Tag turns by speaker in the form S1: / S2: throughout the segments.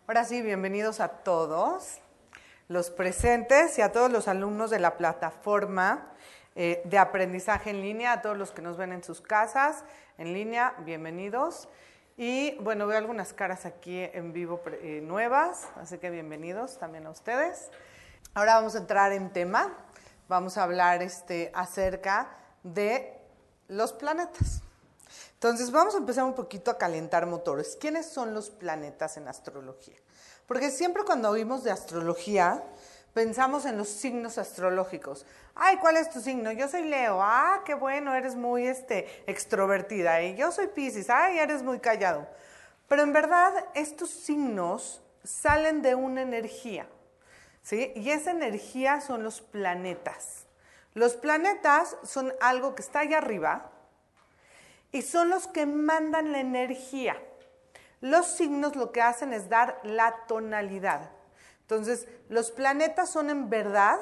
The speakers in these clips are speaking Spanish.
S1: Ahora sí, bienvenidos a todos los presentes y a todos los alumnos de la plataforma de aprendizaje en línea, a todos los que nos ven en sus casas, en línea, bienvenidos. Y bueno, veo algunas caras aquí en vivo nuevas, así que bienvenidos también a ustedes. Ahora vamos a entrar en tema, vamos a hablar acerca de los planetas. Entonces vamos a empezar un poquito a calentar motores. ¿Quiénes son los planetas en astrología? Porque siempre cuando oímos de astrología pensamos en los signos astrológicos. Ay, ¿cuál es tu signo? Yo soy Leo. Ah, qué bueno, eres muy extrovertida. Y yo soy Piscis. Ay, eres muy callado. Pero en verdad estos signos salen de una energía, ¿sí? Y esa energía son los planetas. Los planetas son algo que está allá arriba y son los que mandan la energía. Los signos lo que hacen es dar la tonalidad. Entonces, los planetas son en verdad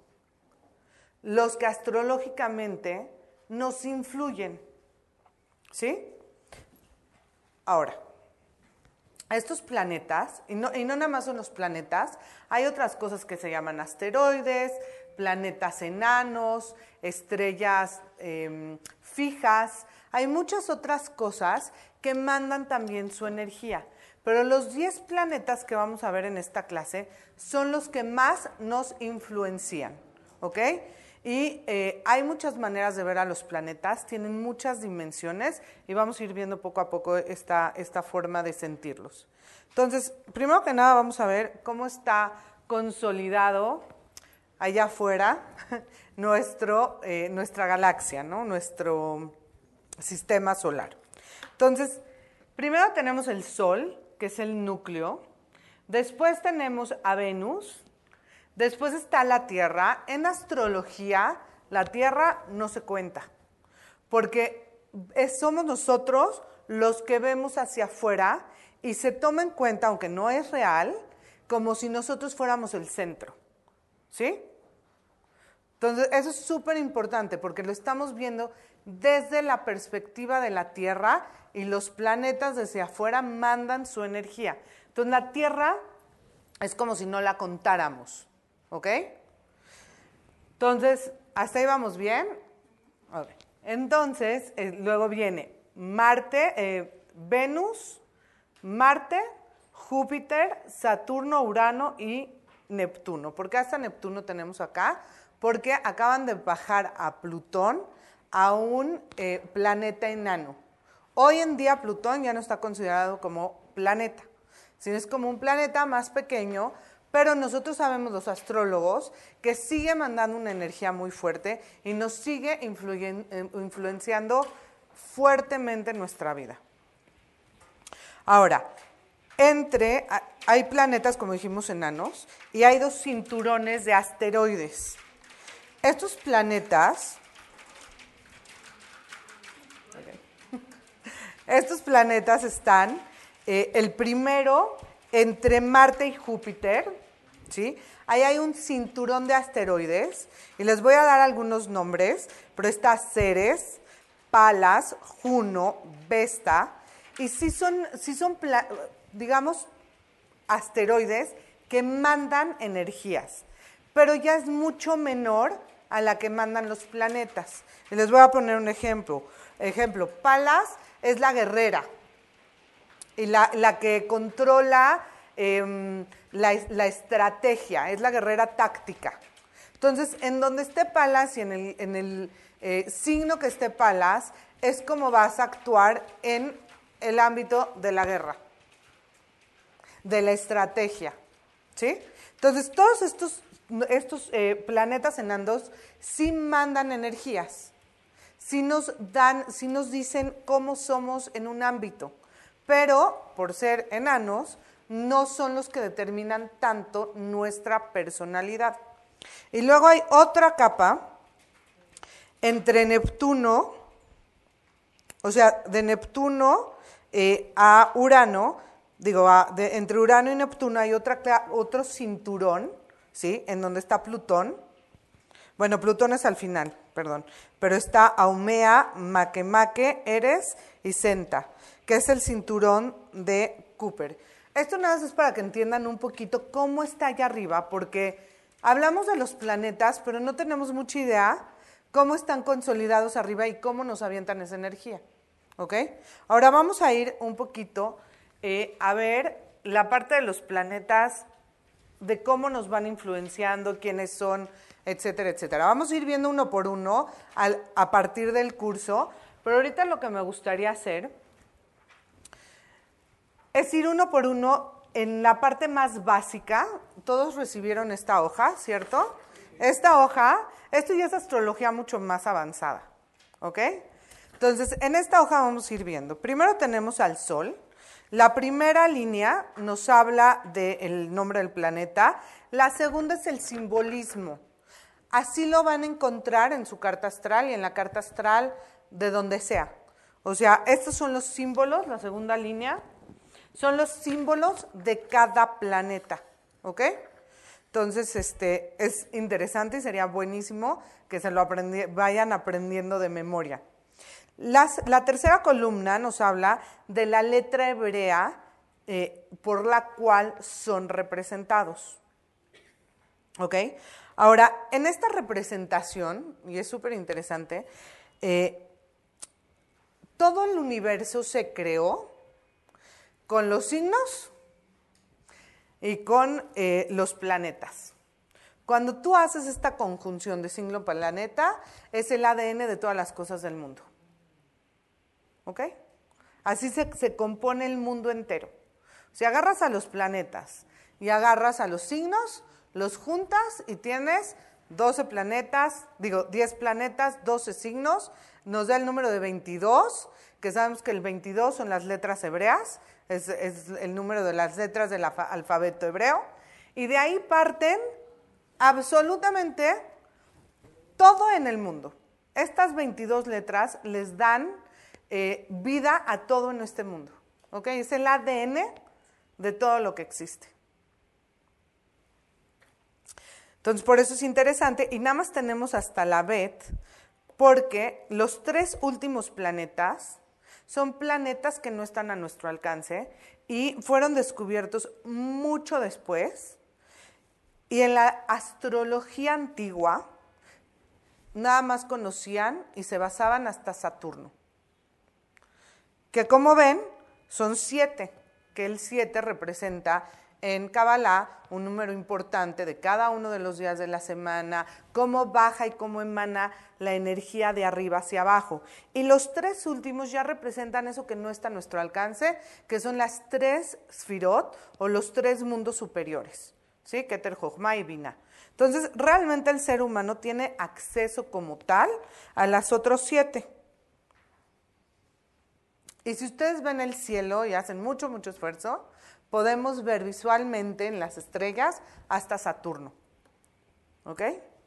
S1: los que astrológicamente nos influyen, ¿sí? Ahora, estos planetas, y no nada más son los planetas, hay otras cosas que se llaman asteroides, planetas enanos, estrellas fijas. Hay muchas otras cosas que mandan también su energía, pero los 10 planetas que vamos a ver en esta clase son los que más nos influencian, ¿ok? Y hay muchas maneras de ver a los planetas, tienen muchas dimensiones y vamos a ir viendo poco a poco esta forma de sentirlos. Entonces, primero que nada vamos a ver cómo está consolidado allá afuera nuestra galaxia, ¿no? Nuestro sistema solar. Entonces, primero tenemos el Sol, que es el núcleo. Después tenemos a Venus. Después está la Tierra. En astrología, la Tierra no se cuenta, porque somos nosotros los que vemos hacia afuera y se toma en cuenta, aunque no es real, como si nosotros fuéramos el centro, ¿sí? Entonces, eso es súper importante porque lo estamos viendo desde la perspectiva de la Tierra y los planetas desde afuera mandan su energía. Entonces, la Tierra es como si no la contáramos, ¿ok? Entonces, ¿hasta ahí vamos bien? Okay. Entonces, luego viene Marte, Venus, Marte, Júpiter, Saturno, Urano y Neptuno. ¿Por qué hasta Neptuno tenemos acá? Porque acaban de bajar a Plutón a un planeta enano. Hoy en día Plutón ya no está considerado como planeta, sino es como un planeta más pequeño, pero nosotros sabemos, los astrólogos, que sigue mandando una energía muy fuerte y nos sigue influenciando fuertemente en nuestra vida. Ahora, hay planetas, como dijimos, enanos, y hay 2 cinturones de asteroides. Estos planetas están, el primero, entre Marte y Júpiter, ¿sí? Ahí hay un cinturón de asteroides, y les voy a dar algunos nombres, pero está Ceres, Palas, Juno, Vesta, y sí son digamos, asteroides que mandan energías, pero ya es mucho menor a la que mandan los planetas. Y les voy a poner un ejemplo. Palas es la guerrera y la que controla la estrategia, es la guerrera táctica. Entonces, en donde esté Palas y en el signo que esté Palas, es como vas a actuar en el ámbito de la guerra, de la estrategia, ¿sí? Entonces, todos estos planetas enanos sí mandan energías, sí nos dicen cómo somos en un ámbito, pero por ser enanos no son los que determinan tanto nuestra personalidad. Y luego hay otra capa entre Neptuno, o sea, de Neptuno a Urano, entre Urano y Neptuno hay otro cinturón, ¿sí? En donde está Plutón. Bueno, Plutón es al final, perdón. Pero está Haumea, Makemake, Eres y Senta, que es el cinturón de Kuiper. Esto nada más es para que entiendan un poquito cómo está allá arriba, porque hablamos de los planetas, pero no tenemos mucha idea cómo están consolidados arriba y cómo nos avientan esa energía. ¿Ok? Ahora vamos a ir un poquito a ver la parte de los planetas, de cómo nos van influenciando, quiénes son, etcétera, etcétera. Vamos a ir viendo uno por uno a partir del curso, pero ahorita lo que me gustaría hacer es ir uno por uno en la parte más básica. Todos recibieron esta hoja, ¿cierto? Esta hoja, esto ya es astrología mucho más avanzada, ¿ok? Entonces, en esta hoja vamos a ir viendo. Primero tenemos al Sol. La primera línea nos habla del nombre del planeta. La segunda es el simbolismo. Así lo van a encontrar en su carta astral y en la carta astral de donde sea. O sea, estos son los símbolos, la segunda línea, son los símbolos de cada planeta, ¿ok? Entonces, es interesante y sería buenísimo que se lo vayan aprendiendo de memoria. La tercera columna nos habla de la letra hebrea por la cual son representados. ¿Ok? Ahora, en esta representación, y es súper interesante, todo el universo se creó con los signos y con los planetas. Cuando tú haces esta conjunción de signo-planeta, es el ADN de todas las cosas del mundo. ¿Ok? Así se compone el mundo entero. Si agarras a los planetas y agarras a los signos, los juntas y tienes 12 planetas, 10 planetas, 12 signos, nos da el número de 22, que sabemos que el 22 son las letras hebreas, es el número de las letras del alfabeto hebreo, y de ahí parten absolutamente todo en el mundo. Estas 22 letras les dan vida a todo en este mundo. ¿Ok? Es el ADN de todo lo que existe. Entonces, por eso es interesante. Y nada más tenemos hasta la Bet, porque los 3 últimos planetas son planetas que no están a nuestro alcance y fueron descubiertos mucho después. Y en la astrología antigua, nada más conocían y se basaban hasta Saturno. Que como ven, son 7, que el 7 representa en Kabbalah un número importante de cada uno de los días de la semana, cómo baja y cómo emana la energía de arriba hacia abajo. Y los 3 últimos ya representan eso que no está a nuestro alcance, que son las 3 Sfirot o los 3 mundos superiores, ¿sí? Keter, Jochma y Binah. Entonces, realmente el ser humano tiene acceso como tal a las otros 7. Y si ustedes ven el cielo y hacen mucho, mucho esfuerzo, podemos ver visualmente en las estrellas hasta Saturno. ¿Ok?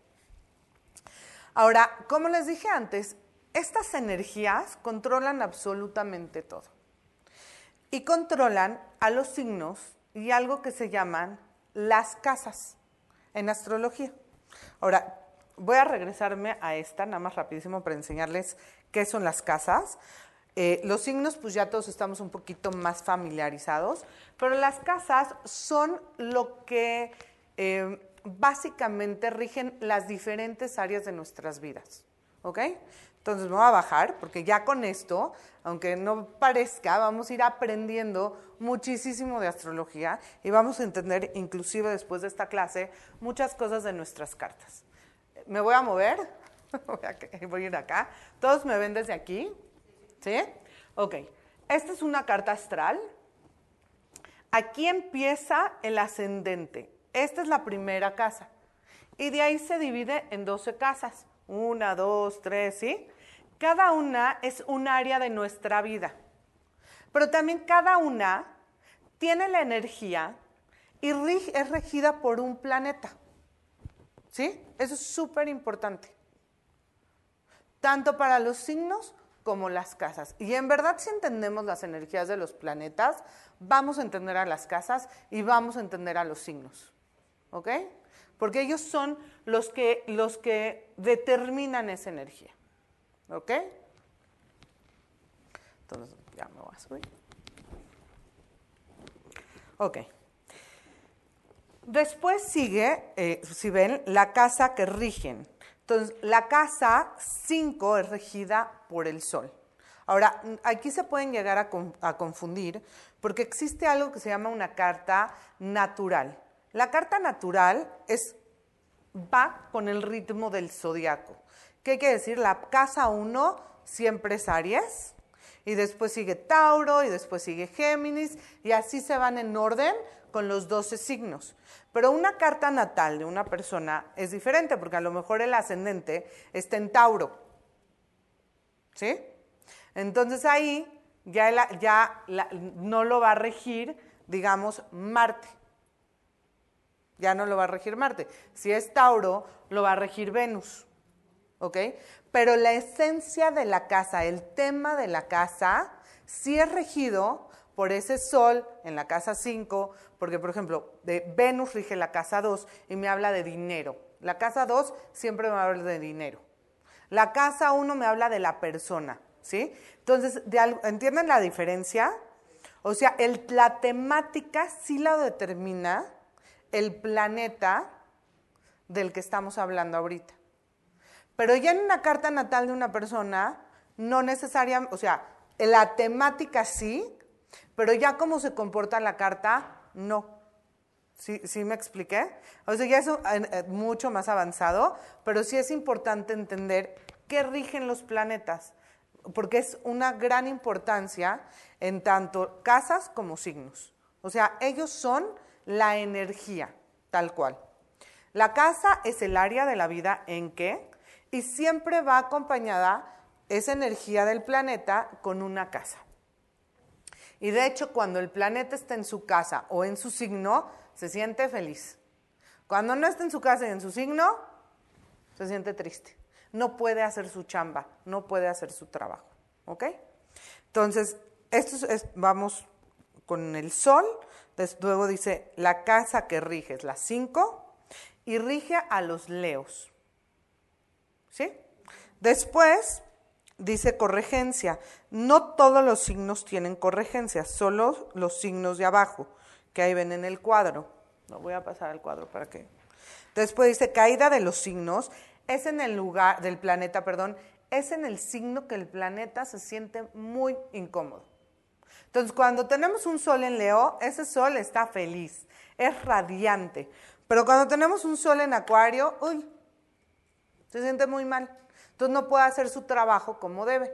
S1: Ahora, como les dije antes, estas energías controlan absolutamente todo. Y controlan a los signos y algo que se llaman las casas en astrología. Ahora, voy a regresarme a esta, nada más rapidísimo para enseñarles qué son las casas. Los signos, pues ya todos estamos un poquito más familiarizados, pero las casas son lo que básicamente rigen las diferentes áreas de nuestras vidas, ¿ok? Entonces me voy a bajar, porque ya con esto, aunque no parezca, vamos a ir aprendiendo muchísimo de astrología y vamos a entender, inclusive después de esta clase, muchas cosas de nuestras cartas. Me voy a mover, voy a ir acá, todos me ven desde aquí. ¿Sí? Ok, esta es una carta astral. Aquí empieza el ascendente. Esta es la primera casa. Y de ahí se divide en 12 casas. 1, 2, 3, ¿sí? Cada una es un área de nuestra vida. Pero también cada una tiene la energía y es regida por un planeta. ¿Sí? Eso es súper importante. Tanto para los signos como las casas. Y en verdad, si entendemos las energías de los planetas, vamos a entender a las casas y vamos a entender a los signos. ¿Ok? Porque ellos son los que determinan esa energía. ¿Ok? Entonces, ya me voy a subir. Ok. Después sigue, si ven, la casa que rigen. Entonces, la casa 5 es regida por el Sol. Ahora, aquí se pueden llegar a confundir porque existe algo que se llama una carta natural. La carta natural va con el ritmo del zodiaco. ¿Qué quiere decir? La casa 1 siempre es Aries, y después sigue Tauro, y después sigue Géminis, y así se van en orden con los 12 signos. Pero una carta natal de una persona es diferente, porque a lo mejor el ascendente está en Tauro. ¿Sí? Entonces ahí no lo va a regir, digamos, Marte. Ya no lo va a regir Marte. Si es Tauro, lo va a regir Venus. ¿Ok? Pero la esencia de la casa, el tema de la casa, sí es regido por ese Sol en la casa 5, porque, por ejemplo, Venus rige la casa 2 y me habla de dinero. La casa 2 siempre me habla de dinero. La casa 1 me habla de la persona, ¿sí? Entonces, ¿entienden la diferencia? O sea, la temática sí la determina el planeta del que estamos hablando ahorita. Pero ya en una carta natal de una persona, no necesariamente, o sea, la temática sí, pero ya cómo se comporta la carta, no. ¿Sí me expliqué? O sea, ya es mucho más avanzado, pero sí es importante entender qué rigen los planetas, porque es una gran importancia en tanto casas como signos. O sea, ellos son la energía, tal cual. La casa es el área de la vida en que, y siempre va acompañada esa energía del planeta con una casa. Y de hecho, cuando el planeta está en su casa o en su signo, se siente feliz. Cuando no está en su casa y en su signo, se siente triste. No puede hacer su chamba, no puede hacer su trabajo. ¿Ok? Entonces, vamos con el Sol. Luego dice, la casa que rige es la 5 y rige a los Leos. ¿Sí? Después dice corregencia. No todos los signos tienen corregencia, solo los signos de abajo, que ahí ven en el cuadro. No voy a pasar al cuadro para que... Después dice caída de los signos, es en el lugar del planeta, perdón, es en el signo que el planeta se siente muy incómodo. Entonces, cuando tenemos un Sol en Leo, ese Sol está feliz, es radiante. Pero cuando tenemos un Sol en Acuario, se siente muy mal. Entonces no puede hacer su trabajo como debe.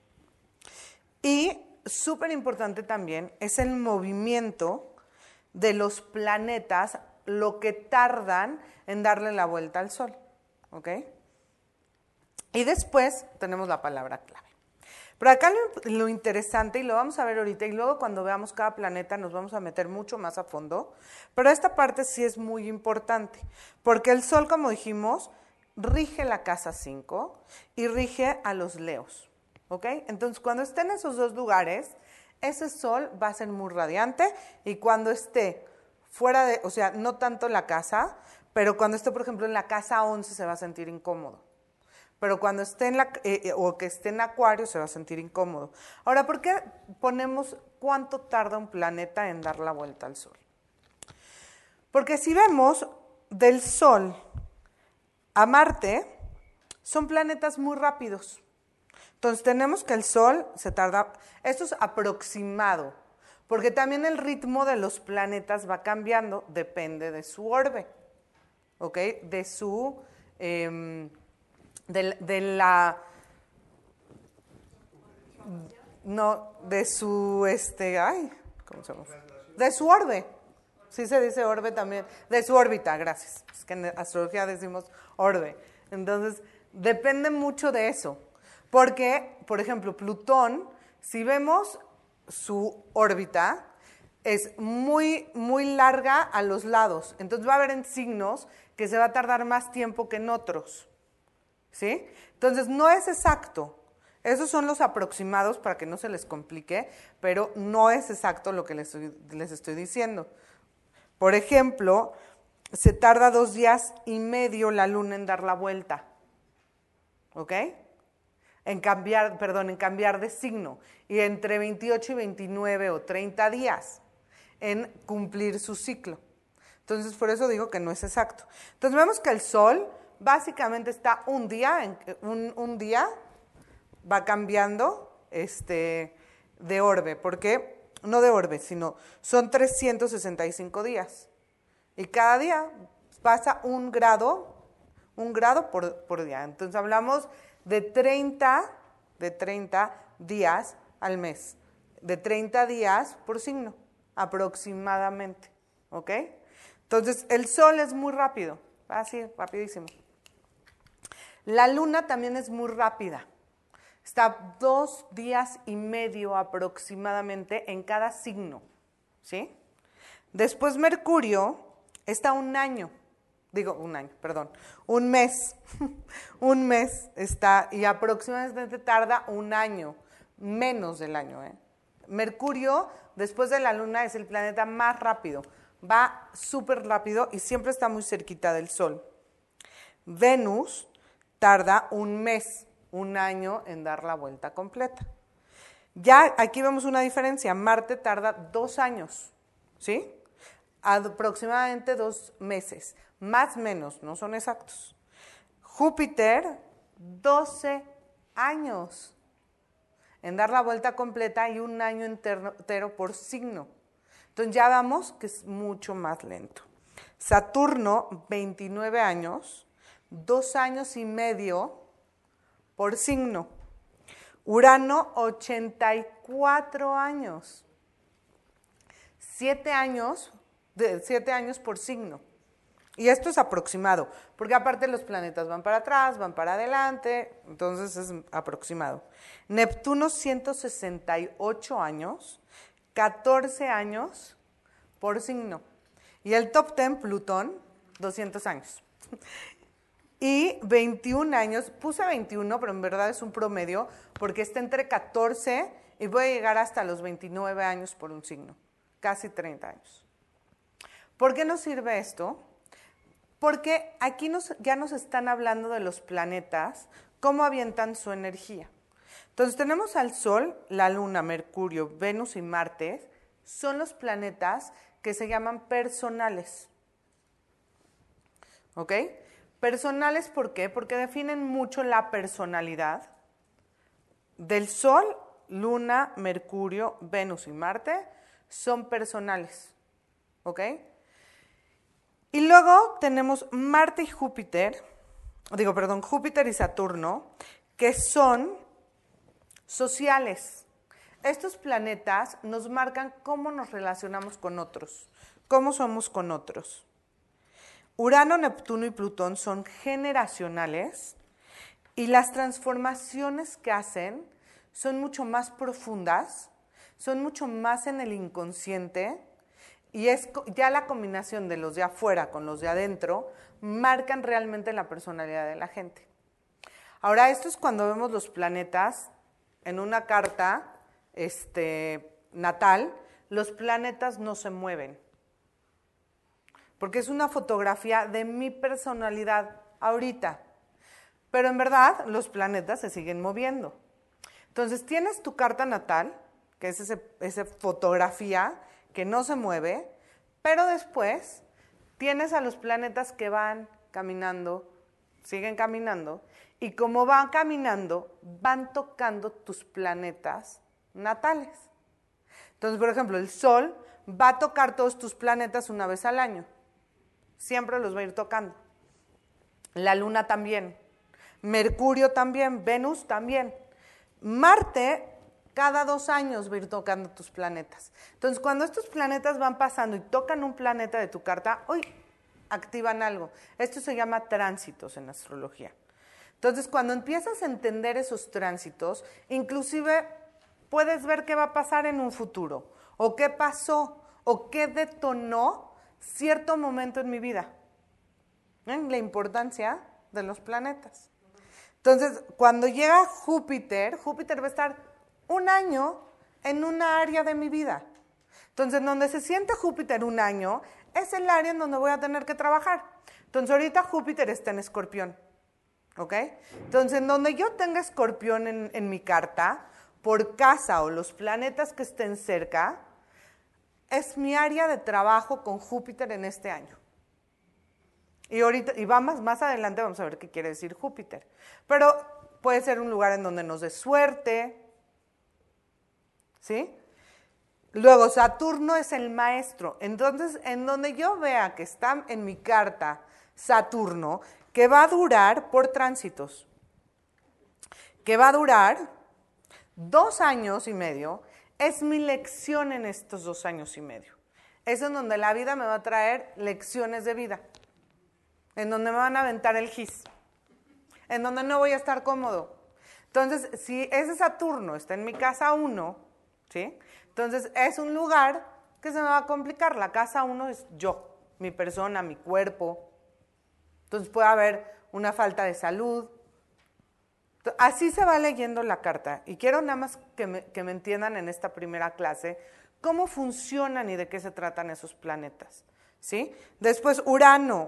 S1: Y súper importante también es el movimiento de los planetas, lo que tardan en darle la vuelta al Sol. ¿Ok? Y después tenemos la palabra clave. Pero acá lo interesante, y lo vamos a ver ahorita, y luego cuando veamos cada planeta nos vamos a meter mucho más a fondo, pero esta parte sí es muy importante, porque el Sol, como dijimos, rige la casa 5 y rige a los Leos, ¿ok? Entonces, cuando esté en esos dos lugares, ese Sol va a ser muy radiante, y cuando esté fuera de, o sea, no tanto en la casa, pero cuando esté, por ejemplo, en la casa 11 se va a sentir incómodo. Pero cuando esté o que esté en Acuario se va a sentir incómodo. Ahora, ¿por qué ponemos cuánto tarda un planeta en dar la vuelta al Sol? Porque si vemos del Sol a Marte, son planetas muy rápidos. Entonces tenemos que el Sol se tarda, esto es aproximado, porque también el ritmo de los planetas va cambiando, depende de su orbe, ¿ok? De su... de su, ¿cómo se llama? De su orbe. Sí se dice orbe también. De su órbita, gracias. Es que en astrología decimos orbe. Entonces, depende mucho de eso. Porque, por ejemplo, Plutón, si vemos su órbita, es muy, muy larga a los lados. Entonces va a haber en signos que se va a tardar más tiempo que en otros. ¿Sí? Entonces, no es exacto. Esos son los aproximados para que no se les complique, pero no es exacto lo que les estoy diciendo. Por ejemplo, se tarda 2 días y medio la luna en dar la vuelta. ¿Ok? En cambiar de signo. Y entre 28 y 29 o 30 días en cumplir su ciclo. Entonces, por eso digo que no es exacto. Entonces, vemos que el Sol básicamente está un día va cambiando de orbe, porque no de orbe, sino son 365 días. Y cada día pasa un grado por día. Entonces hablamos de 30 días al mes, de 30 días por signo, aproximadamente, ¿ok? Entonces el Sol es muy rápido, así, rapidísimo. La Luna también es muy rápida. Está 2 días y medio aproximadamente en cada signo, ¿sí? Después Mercurio está un mes. Un mes está y aproximadamente tarda un año, menos del año. Mercurio, después de la Luna, es el planeta más rápido. Va súper rápido y siempre está muy cerquita del Sol. Venus tarda un mes, un año en dar la vuelta completa. Ya aquí vemos una diferencia. Marte tarda 2 años, ¿sí? Aproximadamente 2 meses. Más o menos, no son exactos. Júpiter, 12 años en dar la vuelta completa y un año entero por signo. Entonces ya vemos que es mucho más lento. Saturno, 29 años, 2 años y medio por signo. Urano, 84 años. 7 años por signo. Y esto es aproximado, porque aparte los planetas van para atrás, van para adelante, entonces es aproximado. Neptuno, 168 años, 14 años por signo. Y el top 10, Plutón, 200 años. Y 21 años, puse 21, pero en verdad es un promedio, porque está entre 14 y voy a llegar hasta los 29 años por un signo, casi 30 años. ¿Por qué nos sirve esto? Porque aquí ya nos están hablando de los planetas, cómo avientan su energía. Entonces tenemos al Sol, la Luna, Mercurio, Venus y Marte, son los planetas que se llaman personales. ¿Ok? Personales, ¿por qué? Porque definen mucho la personalidad del Sol, Luna, Mercurio, Venus y Marte, son personales. ¿Ok? Y luego tenemos Marte y Júpiter y Saturno, que son sociales. Estos planetas nos marcan cómo nos relacionamos con otros, cómo somos con otros. Urano, Neptuno y Plutón son generacionales y las transformaciones que hacen son mucho más profundas, son mucho más en el inconsciente. Y es ya la combinación de los de afuera con los de adentro marcan realmente la personalidad de la gente. Ahora, esto es cuando vemos los planetas en una carta natal, los planetas no se mueven. Porque es una fotografía de mi personalidad ahorita. Pero en verdad, los planetas se siguen moviendo. Entonces, tienes tu carta natal, que es esa fotografía que no se mueve, pero después tienes a los planetas que van caminando, siguen caminando, y como van caminando, van tocando tus planetas natales. Entonces, por ejemplo, el Sol va a tocar todos tus planetas una vez al año. Siempre los va a ir tocando. La Luna también. Mercurio también. Venus también. Marte cada 2 años va a ir tocando tus planetas. Entonces, cuando estos planetas van pasando y tocan un planeta de tu carta, ¡uy!, activan algo. Esto se llama tránsitos en astrología. Entonces, cuando empiezas a entender esos tránsitos, inclusive puedes ver qué va a pasar en un futuro, o qué pasó, o qué detonó cierto momento en mi vida. ¿Ven la importancia de los planetas? Entonces, cuando llega Júpiter va a estar 1 año en una área de mi vida. Entonces, donde se siente Júpiter 1 año, es el área en donde voy a tener que trabajar. Entonces, ahorita Júpiter está en Escorpión. ¿Ok? Entonces, en donde yo tenga Escorpión en mi carta, por casa o los planetas que estén cerca, es mi área de trabajo con Júpiter en este año. Y ahorita, y más adelante vamos a ver qué quiere decir Júpiter. Pero puede ser un lugar en donde nos dé suerte, ¿sí? Luego, Saturno es el maestro. Entonces, en donde yo vea que está en mi carta Saturno, que va a durar por tránsitos, que va a durar 2 años y medio, es mi lección en estos 2 años y medio. Es en donde la vida me va a traer lecciones de vida, en donde me van a aventar el gis, en donde no voy a estar cómodo. Entonces, si ese Saturno está en mi casa 1, ¿sí? Entonces, es un lugar que se me va a complicar. La casa 1 es yo, mi persona, mi cuerpo. Entonces, puede haber una falta de salud. Así se va leyendo la carta. Y quiero nada más que me entiendan en esta primera clase cómo funcionan y de qué se tratan esos planetas, ¿sí? Después, Urano,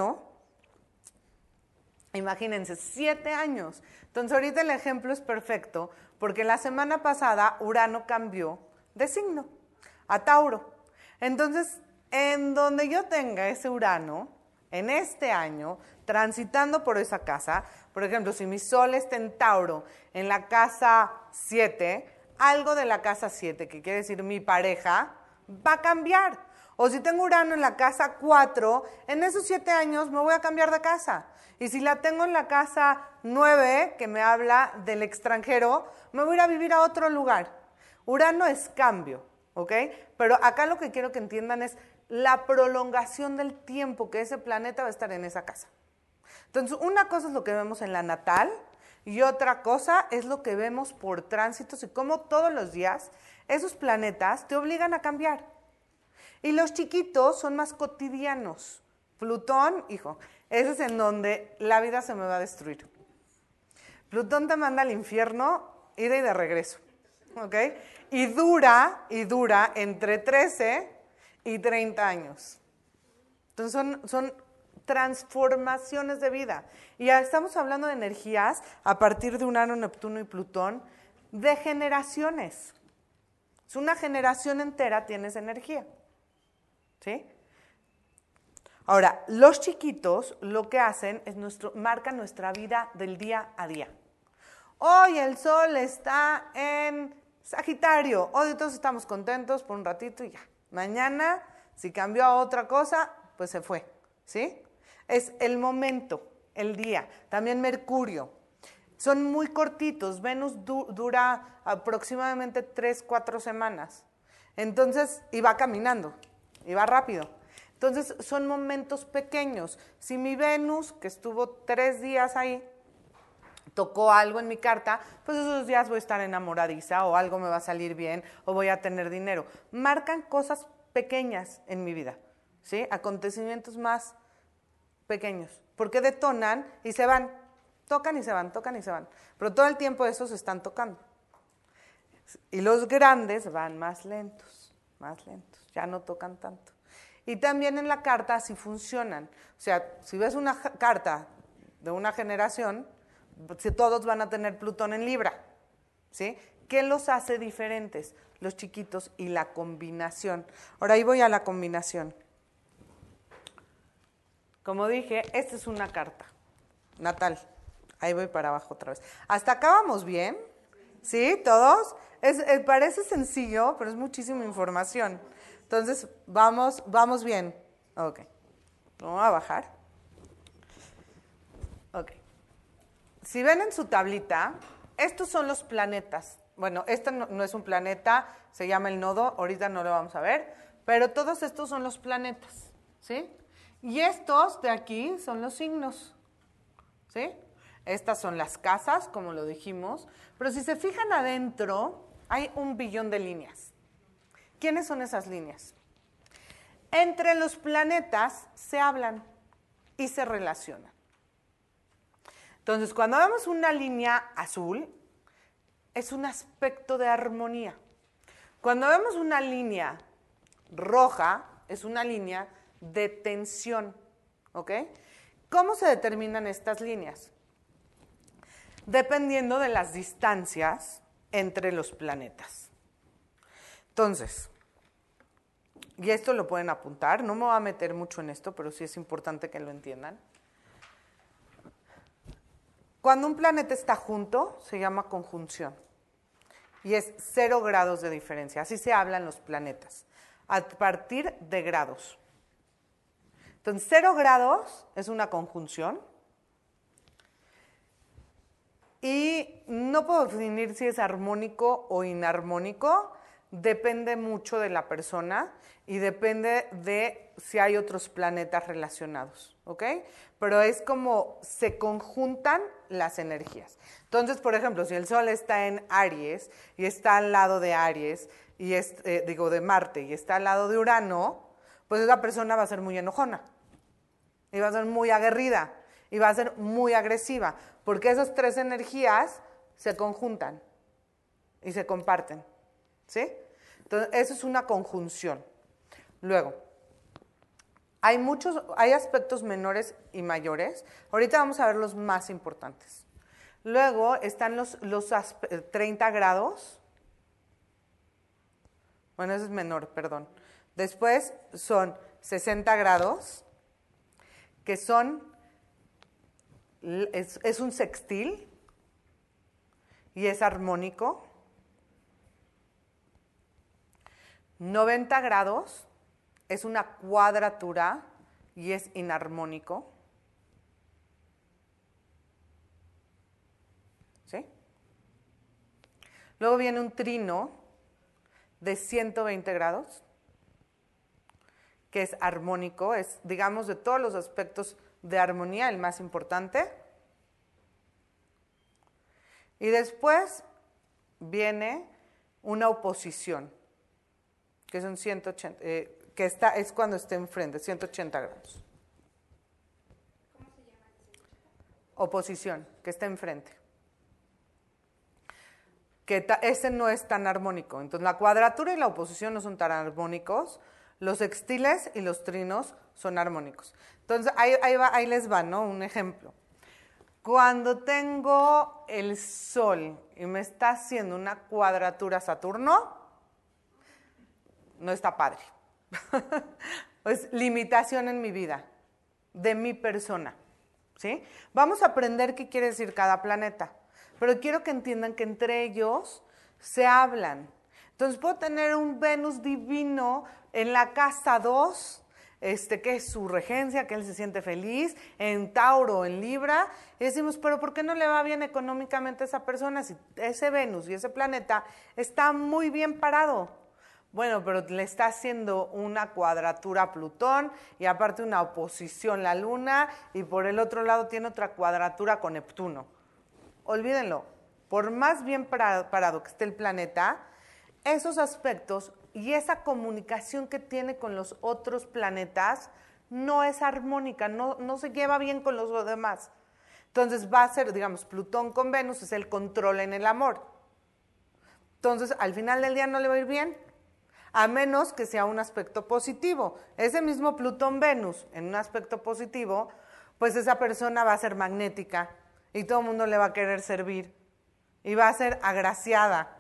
S1: imagínense, 7 años. Entonces, ahorita el ejemplo es perfecto, porque la semana pasada Urano cambió de signo a Tauro. Entonces, en donde yo tenga ese Urano, en este año, transitando por esa casa, por ejemplo, si mi Sol está en Tauro, en la casa 7, algo de la casa 7, que quiere decir mi pareja, va a cambiar. O si tengo Urano en la casa 4, en esos 7 años me voy a cambiar de casa. Y si la tengo en la casa 9, que me habla del extranjero, me voy a ir a vivir a otro lugar. Urano es cambio, ¿ok? Pero acá lo que quiero que entiendan es la prolongación del tiempo que ese planeta va a estar en esa casa. Entonces, una cosa es lo que vemos en la natal y otra cosa es lo que vemos por tránsitos y cómo todos los días esos planetas te obligan a cambiar. Y los chiquitos son más cotidianos. Plutón, hijo, ese es en donde la vida se me va a destruir. Plutón te manda al infierno, ida y de regreso, ¿ok? Y dura entre 13 y 30 años. Entonces son transformaciones de vida. Y ya estamos hablando de energías a partir de Urano, Neptuno y Plutón, de generaciones. Es una generación entera tienes energía, ¿sí? Ahora, los chiquitos lo que hacen es marcan nuestra vida del día a día. Hoy el sol está en Sagitario, hoy todos estamos contentos por un ratito y ya. Mañana, si cambió a otra cosa, pues se fue, ¿sí? Es el momento, el día. También Mercurio. Son muy cortitos. Venus dura aproximadamente 3-4 semanas. Entonces, y va caminando, y va rápido. Entonces, son momentos pequeños. Si mi Venus, que estuvo 3 días ahí, tocó algo en mi carta, pues esos días voy a estar enamoradiza o algo me va a salir bien o voy a tener dinero. Marcan cosas pequeñas en mi vida, ¿sí? Acontecimientos más pequeños, porque detonan y se van, tocan y se van, tocan y se van. Pero todo el tiempo esos se están tocando. Y los grandes van más lentos, ya no tocan tanto. Y también en la carta así funcionan. O sea, si ves una carta de una generación, si todos van a tener Plutón en Libra, ¿sí? ¿Qué los hace diferentes? Los chiquitos y la combinación. Ahora ahí voy a la combinación. Como dije, esta es una carta natal. Ahí voy para abajo otra vez. ¿Hasta acá vamos bien? ¿Sí? ¿Todos? Parece sencillo, pero es muchísima información. Entonces, vamos bien. Ok. Vamos a bajar. Ok. Si ven en su tablita, estos son los planetas. Bueno, este no es un planeta, se llama el nodo, ahorita no lo vamos a ver, pero todos estos son los planetas, ¿sí? Y estos de aquí son los signos, ¿sí? Estas son las casas, como lo dijimos, pero si se fijan adentro, hay 1 billón de líneas. ¿Quiénes son esas líneas? Entre los planetas se hablan y se relacionan. Entonces, cuando vemos una línea azul, es un aspecto de armonía. Cuando vemos una línea roja, es una línea de tensión, ¿ok? ¿Cómo se determinan estas líneas? Dependiendo de las distancias entre los planetas. Entonces, y esto lo pueden apuntar, no me voy a meter mucho en esto, pero sí es importante que lo entiendan. Cuando un planeta está junto, se llama conjunción. Y es 0 grados de diferencia. Así se hablan los planetas, a partir de grados. Entonces, 0 grados es una conjunción. Y no puedo definir si es armónico o inarmónico. Depende mucho de la persona y depende de si hay otros planetas relacionados, ¿ok? Pero es como se conjuntan las energías. Entonces, por ejemplo, si el Sol está en Aries y está al lado de Aries, y de Marte, y está al lado de Urano, pues esa persona va a ser muy enojona, y va a ser muy aguerrida, y va a ser muy agresiva, porque esas 3 energías se conjuntan y se comparten, ¿sí? Entonces, eso es una conjunción. Luego, hay aspectos menores y mayores. Ahorita vamos a ver los más importantes. Luego están los 30 grados. Bueno, ese es menor, perdón. Después son 60 grados, que es un sextil y es armónico. 90 grados es una cuadratura y es inarmónico. ¿Sí? Luego viene un trino de 120 grados, que es armónico, es, digamos, de todos los aspectos de armonía, el más importante. Y después viene una oposición, que son 180, es cuando esté enfrente, 180 grados.
S2: ¿Cómo se llama?
S1: Oposición, que está enfrente. Ese no es tan armónico. Entonces, la cuadratura y la oposición no son tan armónicos. Los sextiles y los trinos son armónicos. Entonces, ahí les va, ¿no? Un ejemplo. Cuando tengo el Sol y me está haciendo una cuadratura Saturno, no está padre. Es limitación en mi vida, de mi persona, ¿sí? Vamos a aprender qué quiere decir cada planeta, pero quiero que entiendan que entre ellos se hablan. Entonces puedo tener un Venus divino en la casa 2, que es su regencia, que él se siente feliz, en Tauro, en Libra, y decimos, pero ¿por qué no le va bien económicamente a esa persona si ese Venus y ese planeta está muy bien parado? Bueno, pero le está haciendo una cuadratura a Plutón y aparte una oposición la Luna y por el otro lado tiene otra cuadratura con Neptuno. Olvídenlo, por más bien parado que esté el planeta, esos aspectos y esa comunicación que tiene con los otros planetas no es armónica, no se lleva bien con los demás. Entonces va a ser, digamos, Plutón con Venus es el control en el amor. Entonces, al final del día no le va a ir bien, a menos que sea un aspecto positivo. Ese mismo Plutón-Venus en un aspecto positivo, pues esa persona va a ser magnética y todo el mundo le va a querer servir y va a ser agraciada.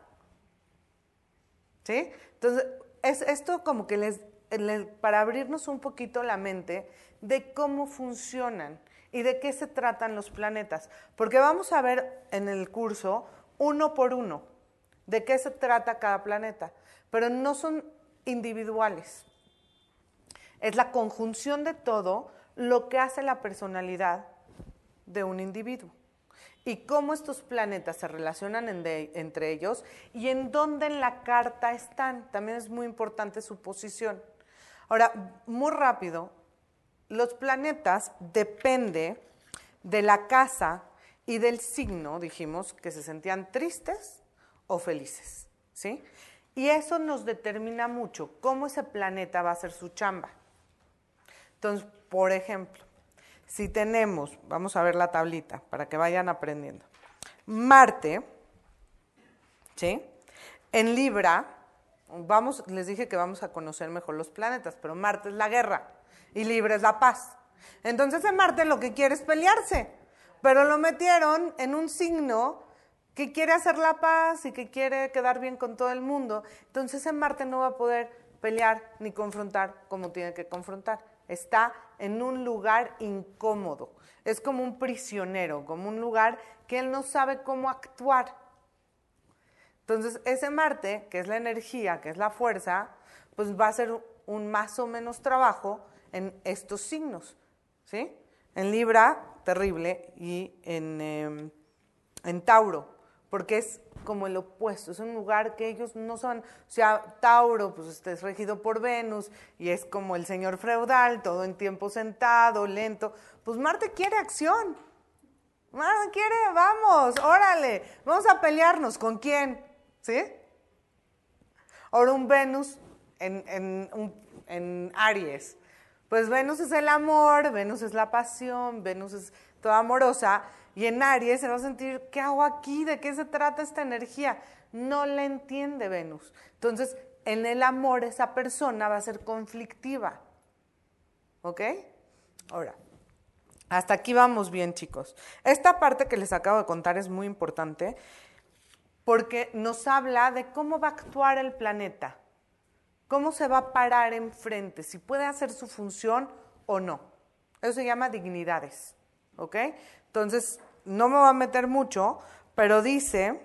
S1: ¿Sí? Entonces, es esto como que para abrirnos un poquito la mente de cómo funcionan y de qué se tratan los planetas. Porque vamos a ver en el curso, uno por uno, de qué se trata cada planeta. Pero no son individuales. Es la conjunción de todo lo que hace la personalidad de un individuo. Y cómo estos planetas se relacionan entre ellos y en dónde en la carta están. También es muy importante su posición. Ahora, muy rápido, los planetas dependen de la casa y del signo, dijimos, que se sentían tristes o felices, ¿sí? Y eso nos determina mucho cómo ese planeta va a hacer su chamba. Entonces, por ejemplo, si tenemos, vamos a ver la tablita para que vayan aprendiendo. Marte, ¿sí? En Libra, les dije que vamos a conocer mejor los planetas, pero Marte es la guerra y Libra es la paz. Entonces, en Marte lo que quiere es pelearse, pero lo metieron en un signo que quiere hacer la paz y que quiere quedar bien con todo el mundo. Entonces en Marte no va a poder pelear ni confrontar como tiene que confrontar. Está en un lugar incómodo. Es como un prisionero, como un lugar que él no sabe cómo actuar. Entonces, ese Marte, que es la energía, que es la fuerza, pues va a hacer un más o menos trabajo en estos signos, ¿sí? En Libra, terrible, y en Tauro, porque es como el opuesto, es un lugar que ellos no son, o sea, Tauro pues es regido por Venus y es como el señor feudal, todo en tiempo sentado, lento, pues Marte quiere acción, Marte quiere, vamos, órale, vamos a pelearnos, ¿con quién? ¿Sí? Ahora un Venus en Aries, pues Venus es el amor, Venus es la pasión, Venus es toda amorosa, y en Aries se va a sentir, ¿qué hago aquí? ¿De qué se trata esta energía? No la entiende Venus. Entonces, en el amor esa persona va a ser conflictiva. ¿Ok? Ahora, hasta aquí vamos bien, chicos. Esta parte que les acabo de contar es muy importante porque nos habla de cómo va a actuar el planeta, cómo se va a parar enfrente, si puede hacer su función o no. Eso se llama dignidades. ¿Ok? Entonces, no me voy a meter mucho, pero dice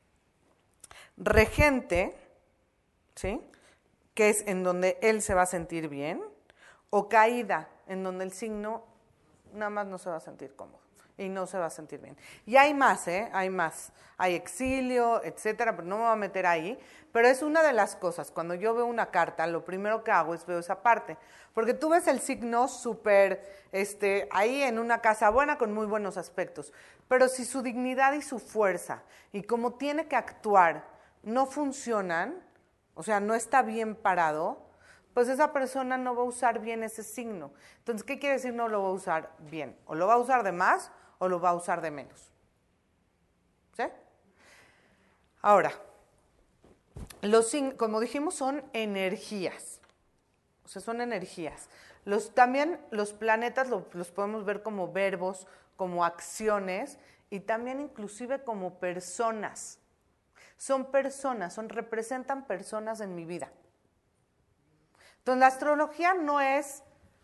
S1: regente, ¿sí? Que es en donde él se va a sentir bien, o caída, en donde el signo nada más no se va a sentir cómodo y no se va a sentir bien. Y hay más, hay más. Hay exilio, etcétera, pero no me voy a meter ahí. Pero es una de las cosas. Cuando yo veo una carta, lo primero que hago es veo esa parte. Porque tú ves el signo súper, ahí en una casa buena con muy buenos aspectos. Pero si su dignidad y su fuerza y cómo tiene que actuar no funcionan, o sea, no está bien parado, pues esa persona no va a usar bien ese signo. Entonces, ¿qué quiere decir no lo va a usar bien? O lo va a usar de más o lo va a usar de menos. ¿Sí? Ahora, como dijimos, son energías. O sea, son energías. También los planetas los podemos ver como verbos, como acciones y también inclusive como personas. Son personas, representan personas en mi vida. Entonces, la astrología no es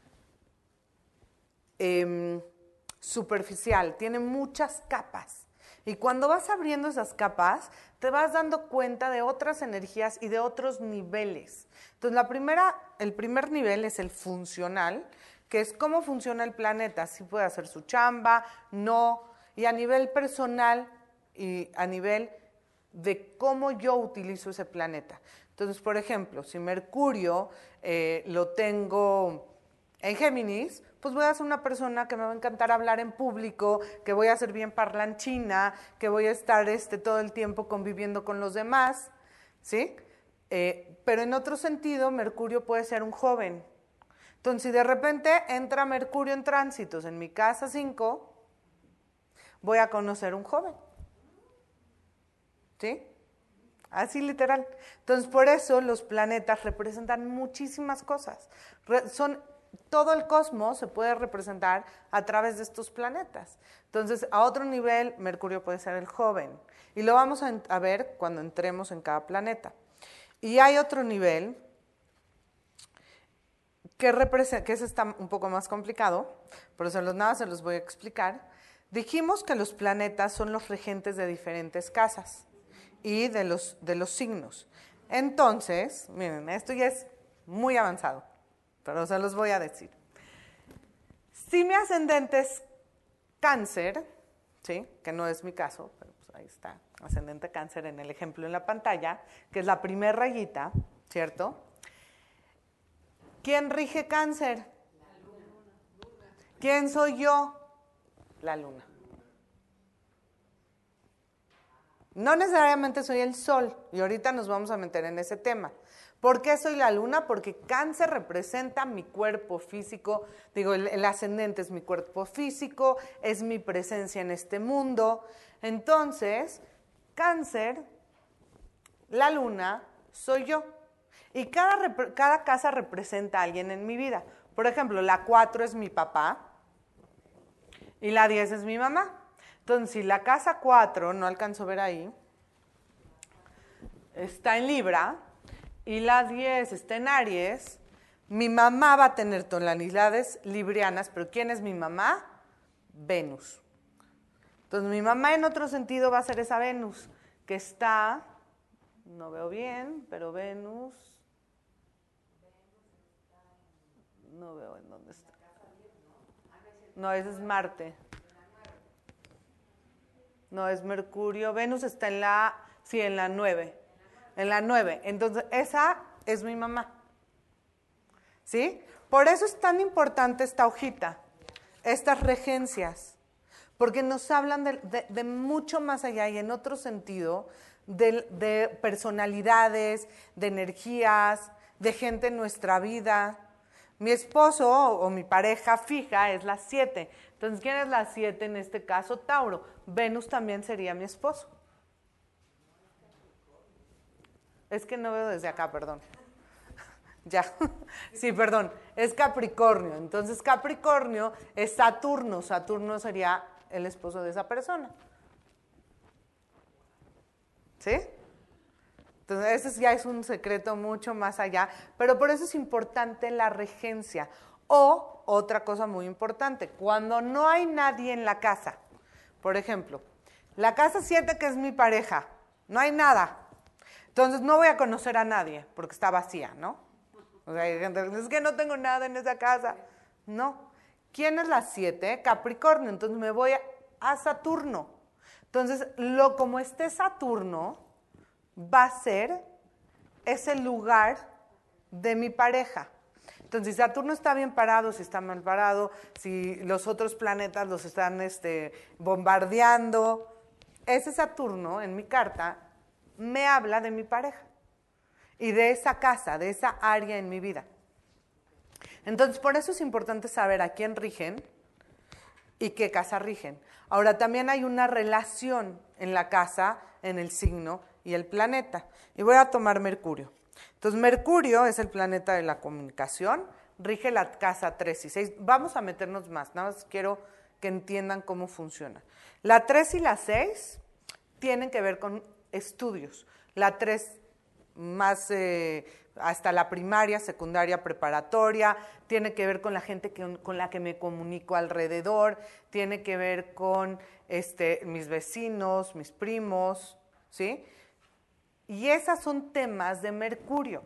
S1: superficial, tiene muchas capas. Y cuando vas abriendo esas capas, te vas dando cuenta de otras energías y de otros niveles. Entonces, el primer nivel es el funcional, que es cómo funciona el planeta, si puede hacer su chamba, no, y a nivel personal y a nivel de cómo yo utilizo ese planeta. Entonces, por ejemplo, si Mercurio lo tengo en Géminis, pues voy a ser una persona que me va a encantar hablar en público, que voy a ser bien parlanchina, que voy a estar todo el tiempo conviviendo con los demás, ¿sí? Pero en otro sentido, Mercurio puede ser un joven. Entonces, si de repente entra Mercurio en tránsitos en mi casa 5, voy a conocer un joven. ¿Sí? Así literal. Entonces, por eso los planetas representan muchísimas cosas. Todo el cosmos se puede representar a través de estos planetas. Entonces, a otro nivel, Mercurio puede ser el joven. Y lo vamos a ver cuando entremos en cada planeta. Y hay otro nivel que ese está un poco más complicado, pero nada se los voy a explicar. Dijimos que los planetas son los regentes de diferentes casas y de los signos. Entonces, miren, esto ya es muy avanzado, pero se los voy a decir. Si mi ascendente es Cáncer, ¿sí? Que no es mi caso, pero pues ahí está, ascendente Cáncer en el ejemplo en la pantalla, que es la primera rayita, ¿cierto? ¿Quién rige Cáncer? La luna. ¿Quién soy yo? La luna. No necesariamente soy el sol, y ahorita nos vamos a meter en ese tema. ¿Por qué soy la luna? Porque Cáncer representa mi cuerpo físico, el ascendente es mi cuerpo físico, es mi presencia en este mundo. Entonces, Cáncer, la luna, soy yo. Y cada casa representa a alguien en mi vida. Por ejemplo, la 4 es mi papá y la 10 es mi mamá. Entonces, si la casa 4, no alcanzo a ver ahí, está en Libra, y la 10 está en Aries, mi mamá va a tener tonalidades librianas, pero ¿quién es mi mamá? Venus. Entonces mi mamá en otro sentido va a ser esa Venus, que está, no veo bien, pero Venus, no veo en dónde está. No, ese es Marte. No, es Mercurio. Venus está en la, sí, en la 9. En la 9. Entonces, esa es mi mamá. ¿Sí? Por eso es tan importante esta hojita, estas regencias, porque nos hablan de mucho más allá y en otro sentido, de personalidades, de energías, de gente en nuestra vida. Mi esposo o mi pareja fija es la 7. Entonces, ¿quién es la 7 en este caso? Tauro. Venus también sería mi esposo. Es que no veo desde acá, perdón. Ya, sí, perdón, es Capricornio. Entonces Capricornio es Saturno. Saturno sería el esposo de esa persona. ¿Sí? Entonces ese ya es un secreto mucho más allá, pero por eso es importante la regencia. O otra cosa muy importante, cuando no hay nadie en la casa, por ejemplo, la casa 7 que es mi pareja, no hay nada. Entonces no voy a conocer a nadie porque está vacía, ¿no? O sea, hay gente que dice, es que no tengo nada en esa casa. No. ¿Quién es la 7? Capricornio. Entonces me voy a Saturno. Entonces, como esté Saturno, va a ser ese lugar de mi pareja. Entonces, si Saturno está bien parado, si está mal parado, si los otros planetas los están bombardeando, ese Saturno en mi carta me habla de mi pareja y de esa casa, de esa área en mi vida. Entonces, por eso es importante saber a quién rigen y qué casa rigen. Ahora, también hay una relación en la casa, en el signo y el planeta. Y voy a tomar Mercurio. Entonces, Mercurio es el planeta de la comunicación, rige la casa 3 y 6. Vamos a meternos más, nada más quiero que entiendan cómo funciona. La 3 y la 6 tienen que ver con estudios. La 3 más hasta la primaria, secundaria, preparatoria, tiene que ver con la gente con la que me comunico alrededor, tiene que ver con mis vecinos, mis primos, ¿sí? Y esos son temas de Mercurio.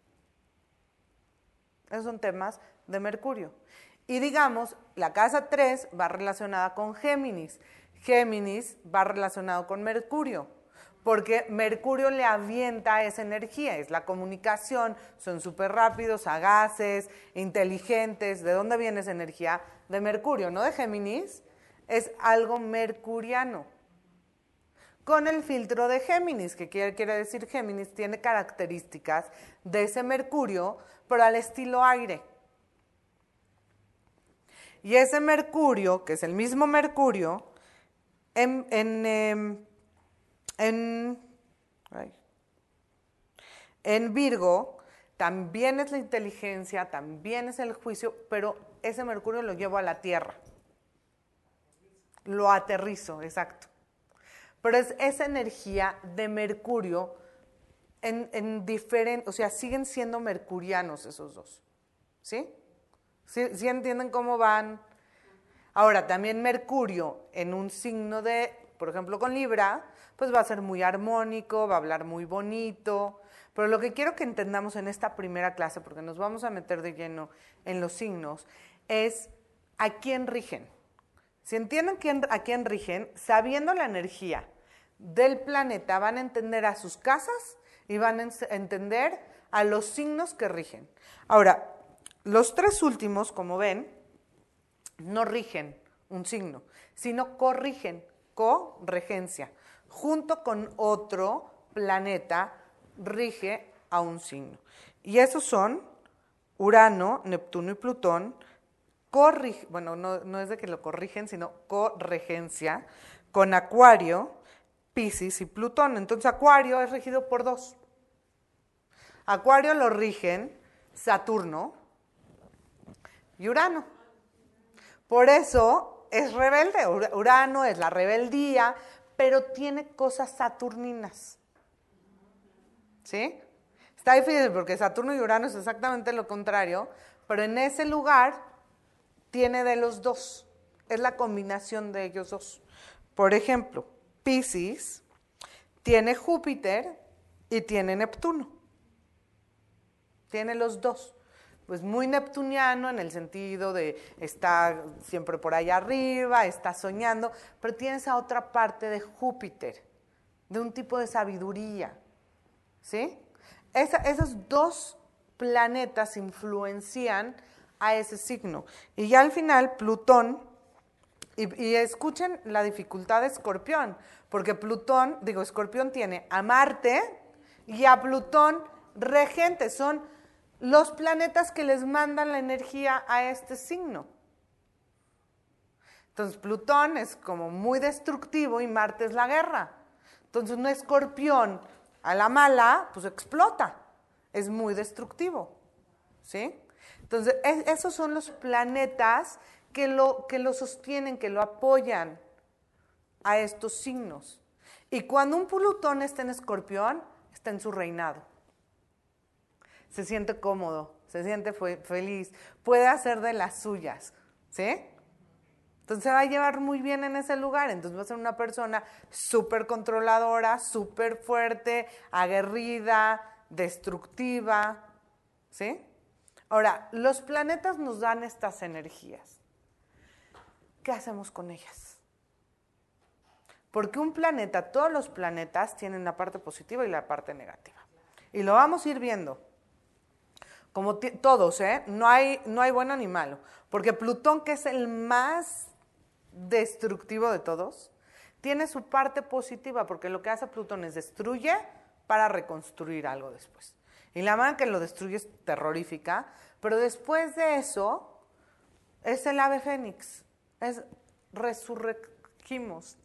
S1: Esos son temas de Mercurio. Y digamos, la casa 3 va relacionada con Géminis. Géminis va relacionado con Mercurio, porque Mercurio le avienta esa energía, es la comunicación, son súper rápidos, sagaces, inteligentes. ¿De dónde viene esa energía? De Mercurio, no de Géminis, es algo mercuriano. Con el filtro de Géminis, que quiere decir Géminis, tiene características de ese Mercurio, pero al estilo aire. Y ese Mercurio, que es el mismo Mercurio, en Virgo, también es la inteligencia, también es el juicio, pero ese Mercurio lo llevo a la Tierra. Lo aterrizo, exacto. Pero es esa energía de Mercurio en diferente, o sea, siguen siendo mercurianos esos dos. ¿Sí? ¿Sí entienden cómo van? Ahora, también Mercurio en un signo de, por ejemplo, con Libra, pues va a ser muy armónico, va a hablar muy bonito. Pero lo que quiero que entendamos en esta primera clase, porque nos vamos a meter de lleno en los signos, es a quién rigen. Si entienden a quién rigen, sabiendo la energía del planeta, van a entender a sus casas y van a entender a los signos que rigen. Ahora, los tres últimos, como ven, no rigen un signo, sino corrigen, corregencia. Junto con otro planeta rige a un signo. Y esos son Urano, Neptuno y Plutón. Bueno, no es de que lo corrigen, sino corregencia, con Acuario, Piscis y Plutón. Entonces Acuario es regido por dos. Acuario lo rigen Saturno y Urano. Por eso es rebelde. Urano es la rebeldía, pero tiene cosas saturninas. ¿Sí? Está difícil porque Saturno y Urano es exactamente lo contrario, pero en ese lugar tiene de los dos. Es la combinación de ellos dos. Por ejemplo, Piscis tiene Júpiter y tiene Neptuno. Tiene los dos. Pues muy neptuniano en el sentido de está siempre por allá arriba, está soñando, pero tiene esa otra parte de Júpiter, de un tipo de sabiduría, ¿sí? Esos dos planetas influencian a ese signo. Y ya al final, Plutón, y escuchen la dificultad de Escorpión, porque Escorpión tiene a Marte y a Plutón regente, son los planetas que les mandan la energía a este signo. Entonces Plutón es como muy destructivo y Marte es la guerra. Entonces un Escorpión a la mala, pues explota, es muy destructivo, ¿sí? Entonces esos son los planetas que lo sostienen, que lo apoyan a estos signos. Y cuando un Plutón está en Escorpión, está en su reinado. Se siente cómodo, se siente feliz, puede hacer de las suyas, ¿sí? Entonces se va a llevar muy bien en ese lugar, entonces va a ser una persona súper controladora, súper fuerte, aguerrida, destructiva, ¿sí? Ahora, los planetas nos dan estas energías. ¿Qué hacemos con ellas? Porque un planeta, todos los planetas tienen la parte positiva y la parte negativa. Y lo vamos a ir viendo. Como todos, ¿eh? No hay bueno ni malo. Porque Plutón, que es el más destructivo de todos, tiene su parte positiva, porque lo que hace Plutón es destruye para reconstruir algo después. Y la manera que lo destruye es terrorífica, pero después de eso es el ave fénix, es resurgimos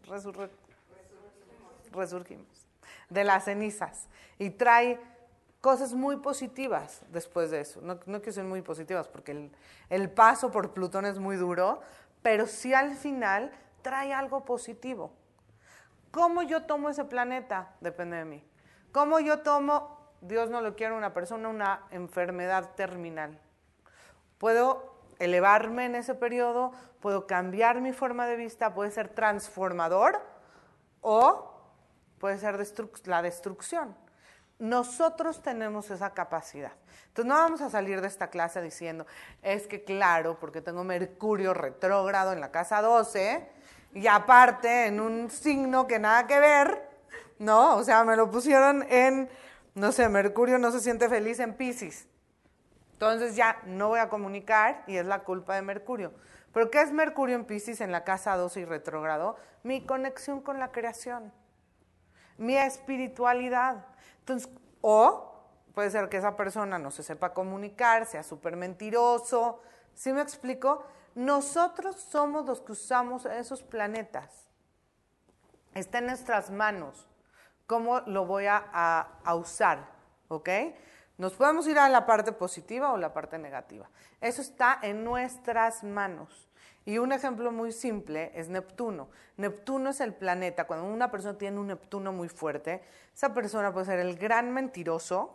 S1: de las cenizas y trae cosas muy positivas después de eso. No quiero decir muy positivas porque el paso por Plutón es muy duro, pero sí al final trae algo positivo. ¿Cómo yo tomo ese planeta? Depende de mí. ¿Cómo yo tomo, Dios no lo quiere, una persona, una enfermedad terminal? Puedo elevarme en ese periodo, puedo cambiar mi forma de vista, puede ser transformador o puede ser la destrucción. Nosotros tenemos esa capacidad. Entonces no vamos a salir de esta clase diciendo, es que claro, porque tengo Mercurio retrógrado en la casa 12 y aparte en un signo que nada que ver, ¿no? O sea, me lo pusieron en, no sé, Mercurio no se siente feliz en Piscis. Entonces ya no voy a comunicar y es la culpa de Mercurio. ¿Pero qué es Mercurio en Piscis en la casa 12 y retrógrado? Mi conexión con la creación, mi espiritualidad. Entonces, o puede ser que esa persona no se sepa comunicar, sea súper mentiroso. ¿Sí me explico? Nosotros somos los que usamos esos planetas. Está en nuestras manos. ¿Cómo lo voy a usar? ¿Ok? Nos podemos ir a la parte positiva o la parte negativa. Eso está en nuestras manos. Y un ejemplo muy simple es Neptuno. Neptuno es el planeta. Cuando una persona tiene un Neptuno muy fuerte, esa persona puede ser el gran mentiroso,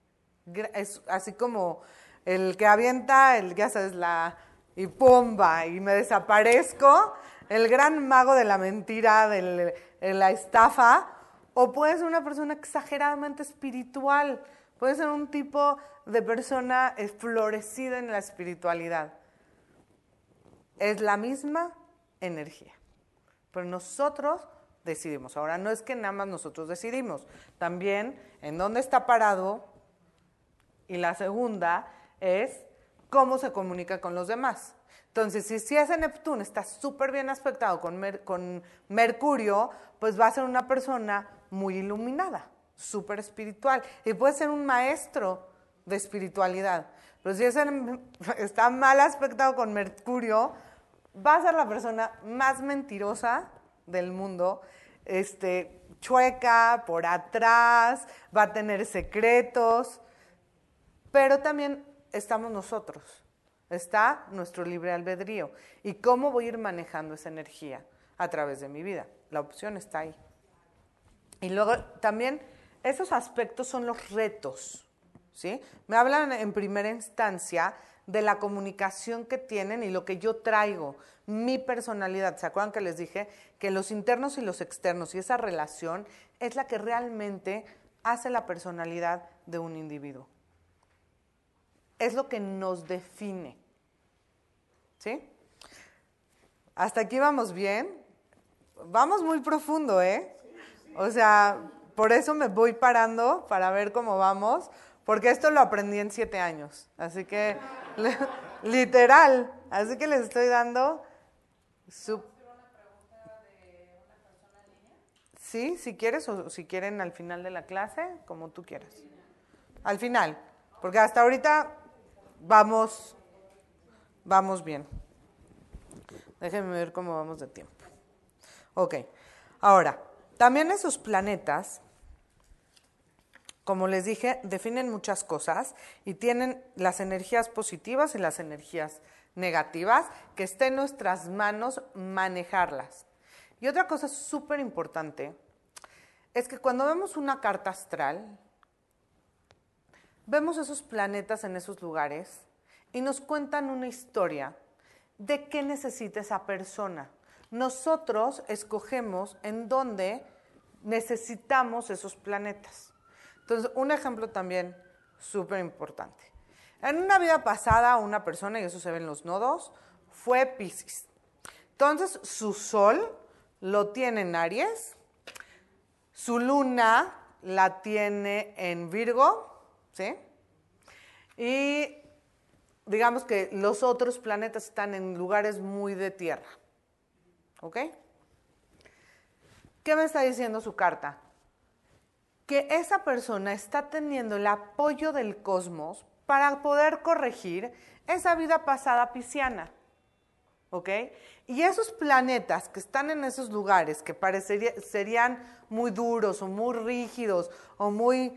S1: es así como el que avienta, ya sabes, y pumba, y me desaparezco, el gran mago de la mentira, de la estafa, o puede ser una persona exageradamente espiritual, puede ser un tipo de persona florecida en la espiritualidad. Es la misma energía, pero nosotros decidimos. Ahora, no es que nada más nosotros decidimos, también en dónde está parado, y la segunda es cómo se comunica con los demás. Entonces, si ese Neptuno está súper bien aspectado con Mercurio, pues va a ser una persona muy iluminada, súper espiritual, y puede ser un maestro de espiritualidad. Pero si está mal aspectado con Mercurio, va a ser la persona más mentirosa del mundo, chueca, por atrás, va a tener secretos, pero también estamos nosotros, está nuestro libre albedrío. ¿Y cómo voy a ir manejando esa energía a través de mi vida? La opción está ahí. Y luego también esos aspectos son los retos, ¿sí? Me hablan en primera instancia de la comunicación que tienen y lo que yo traigo, mi personalidad. ¿Se acuerdan que les dije que los internos y los externos y esa relación es la que realmente hace la personalidad de un individuo? Es lo que nos define, ¿sí? Hasta aquí vamos bien. Vamos muy profundo, ¿eh? O sea, por eso me voy parando para ver cómo vamos, porque esto lo aprendí en 7 años. Así que, literal, así que les estoy dando su... Sí, si quieres o si quieren al final de la clase, como tú quieras. Al final, porque hasta ahorita vamos bien. Déjenme ver cómo vamos de tiempo. Ok, ahora, también esos planetas, como les dije, definen muchas cosas y tienen las energías positivas y las energías negativas, que está en nuestras manos manejarlas. Y otra cosa súper importante es que cuando vemos una carta astral, vemos esos planetas en esos lugares y nos cuentan una historia de qué necesita esa persona. Nosotros escogemos en dónde necesitamos esos planetas. Entonces, un ejemplo también súper importante. En una vida pasada, una persona, y eso se ve en los nodos, fue Piscis. Entonces, su sol lo tiene en Aries, su luna la tiene en Virgo, ¿sí? Y digamos que los otros planetas están en lugares muy de tierra. ¿Ok? ¿Qué me está diciendo su carta? Que esa persona está teniendo el apoyo del cosmos para poder corregir esa vida pasada pisciana. ¿Ok? Y esos planetas que están en esos lugares que serían muy duros o muy rígidos o muy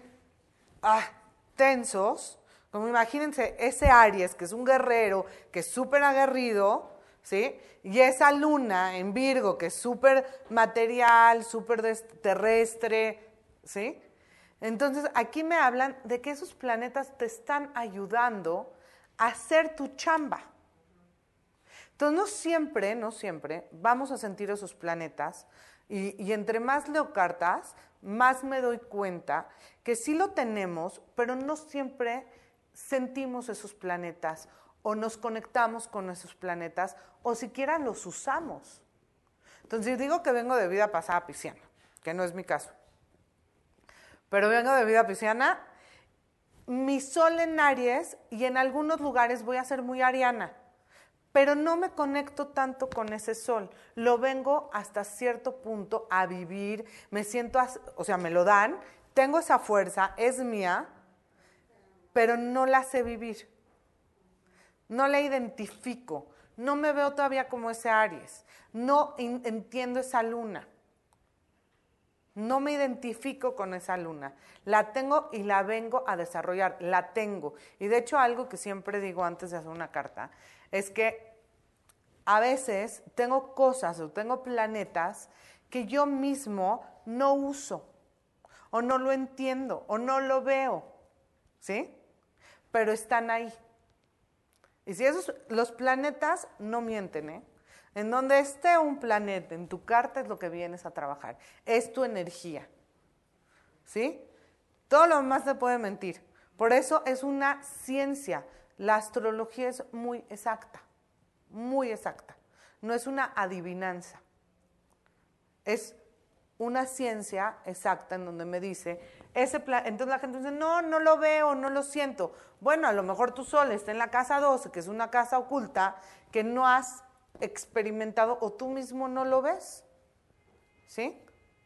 S1: tensos, como imagínense ese Aries, que es un guerrero, que es súper aguerrido, ¿sí? Y esa luna en Virgo, que es súper material, súper terrestre, ¿sí? Entonces, aquí me hablan de que esos planetas te están ayudando a hacer tu chamba. Entonces, no siempre vamos a sentir esos planetas y entre más leo cartas, más me doy cuenta que sí lo tenemos, pero no siempre sentimos esos planetas o nos conectamos con esos planetas o siquiera los usamos. Entonces digo que vengo de vida pasada pisciana, que no es mi caso, pero vengo de vida pisciana, mi sol en Aries y en algunos lugares voy a ser muy ariana, pero no me conecto tanto con ese sol, lo vengo hasta cierto punto a vivir, me siento, o sea, me lo dan, tengo esa fuerza, es mía, pero no la sé vivir, no la identifico, no me veo todavía como ese Aries, no entiendo esa luna, no me identifico con esa luna, la tengo y la vengo a desarrollar, la tengo. Y de hecho algo que siempre digo antes de hacer una carta es que a veces tengo cosas o tengo planetas que yo mismo no uso, o no lo entiendo, o no lo veo, ¿sí? Pero están ahí. Y si los planetas no mienten, ¿eh? En donde esté un planeta en tu carta es lo que vienes a trabajar, es tu energía, ¿sí? Todo lo demás te puede mentir. Por eso es una ciencia. La astrología es muy exacta, no es una adivinanza, es una ciencia exacta en donde me dice, entonces la gente dice, no lo veo, no lo siento. Bueno, a lo mejor tu sol está en la casa 12, que es una casa oculta, que no has experimentado o tú mismo no lo ves, ¿sí?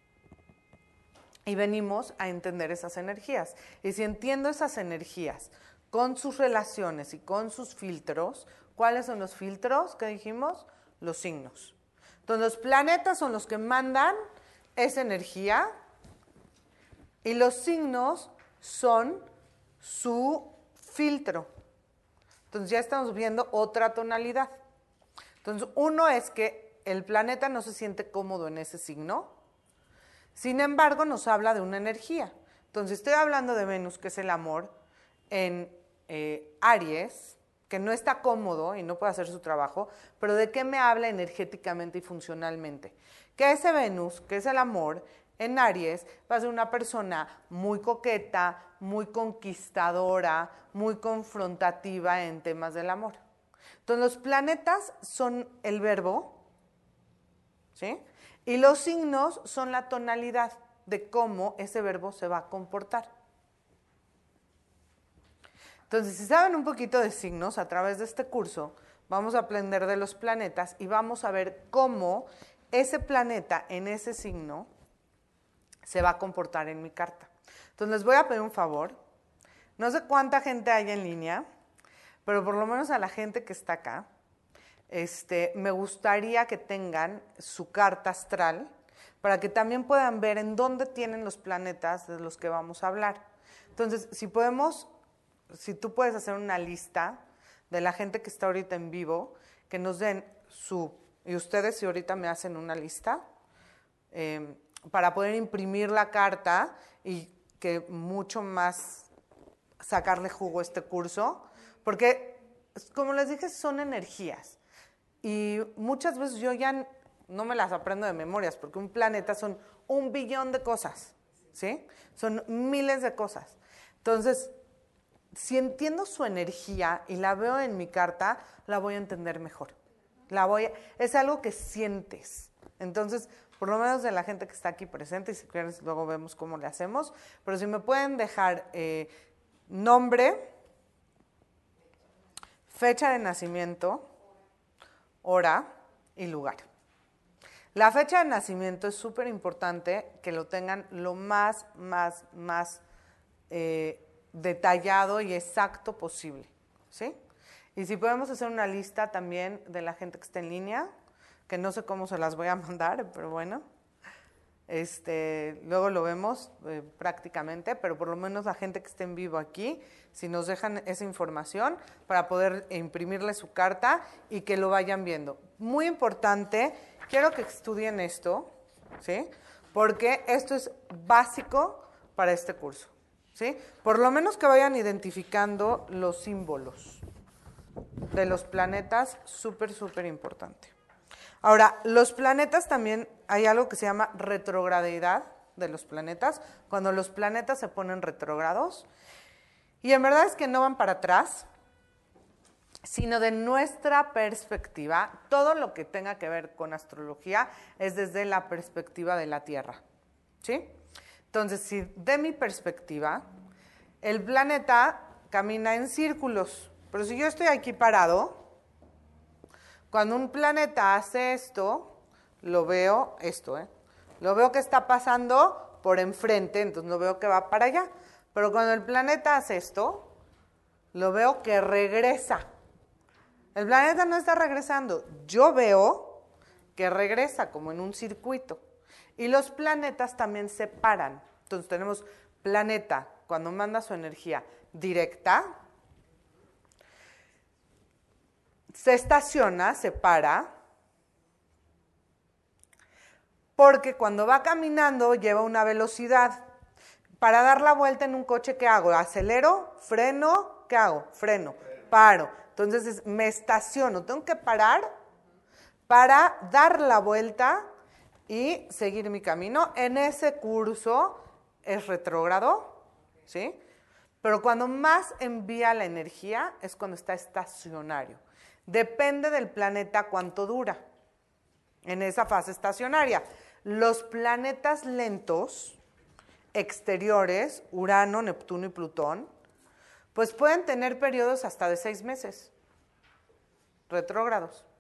S1: Y venimos a entender esas energías. Y si entiendo esas energías con sus relaciones y con sus filtros, ¿cuáles son los filtros que dijimos? Los signos. Entonces los planetas son los que mandan esa energía y los signos son su filtro. Entonces ya estamos viendo otra tonalidad. Entonces uno es que el planeta no se siente cómodo en ese signo, sin embargo nos habla de una energía. Entonces estoy hablando de Venus, que es el amor, en Aries, que no está cómodo y no puede hacer su trabajo, pero ¿de qué me habla energéticamente y funcionalmente? Que ese Venus, que es el amor, en Aries va a ser una persona muy coqueta, muy conquistadora, muy confrontativa en temas del amor. Entonces los planetas son el verbo, ¿sí? Y los signos son la tonalidad de cómo ese verbo se va a comportar. Entonces, si saben un poquito de signos, a través de este curso vamos a aprender de los planetas y vamos a ver cómo ese planeta en ese signo se va a comportar en mi carta. Entonces, les voy a pedir un favor. No sé cuánta gente hay en línea, pero por lo menos a la gente que está acá, me gustaría que tengan su carta astral para que también puedan ver en dónde tienen los planetas de los que vamos a hablar. Entonces, si tú puedes hacer una lista de la gente que está ahorita en vivo, que nos den y ustedes si ahorita me hacen una lista, para poder imprimir la carta y que mucho más sacarle jugo a este curso, porque como les dije son energías y muchas veces yo ya no me las aprendo de memorias porque un planeta son 1 billón de cosas, ¿sí? Son miles de cosas. Entonces, si entiendo su energía y la veo en mi carta, la voy a entender mejor. Es algo que sientes. Entonces, por lo menos de la gente que está aquí presente, y si quieren luego vemos cómo le hacemos, pero si me pueden dejar nombre, fecha de nacimiento, hora y lugar. La fecha de nacimiento es súper importante que lo tengan lo más detallado y exacto posible, ¿sí? Y si podemos hacer una lista también de la gente que está en línea, que no sé cómo se las voy a mandar, pero bueno, luego lo vemos prácticamente, pero por lo menos la gente que esté en vivo aquí, si nos dejan esa información para poder imprimirle su carta y que lo vayan viendo. Muy importante, quiero que estudien esto, ¿sí? Porque esto es básico para este curso, ¿sí? Por lo menos que vayan identificando los símbolos de los planetas, súper importante. Ahora, los planetas también, hay algo que se llama retrogradidad de los planetas, cuando los planetas se ponen retrógrados, y en verdad es que no van para atrás, sino de nuestra perspectiva, todo lo que tenga que ver con astrología es desde la perspectiva de la Tierra, ¿sí? Entonces, si de mi perspectiva, el planeta camina en círculos, pero si yo estoy aquí parado, cuando un planeta hace esto, lo veo lo veo que está pasando por enfrente, entonces lo veo que va para allá. Pero cuando el planeta hace esto, lo veo que regresa. El planeta no está regresando, yo veo que regresa como en un circuito. Y los planetas también se paran. Entonces tenemos planeta cuando manda su energía directa, se estaciona, se para, porque cuando va caminando lleva una velocidad. Para dar la vuelta en un coche, ¿qué hago? ¿Acelero? ¿Freno? ¿Qué hago? Freno. Paro. Entonces me estaciono. Tengo que parar para dar la vuelta y seguir mi camino. En ese curso es retrógrado, ¿sí? Pero cuando más envía la energía es cuando está estacionario. Depende del planeta cuánto dura en esa fase estacionaria. Los planetas lentos, exteriores, Urano, Neptuno y Plutón, pues pueden tener periodos hasta de 6 meses, retrógrados.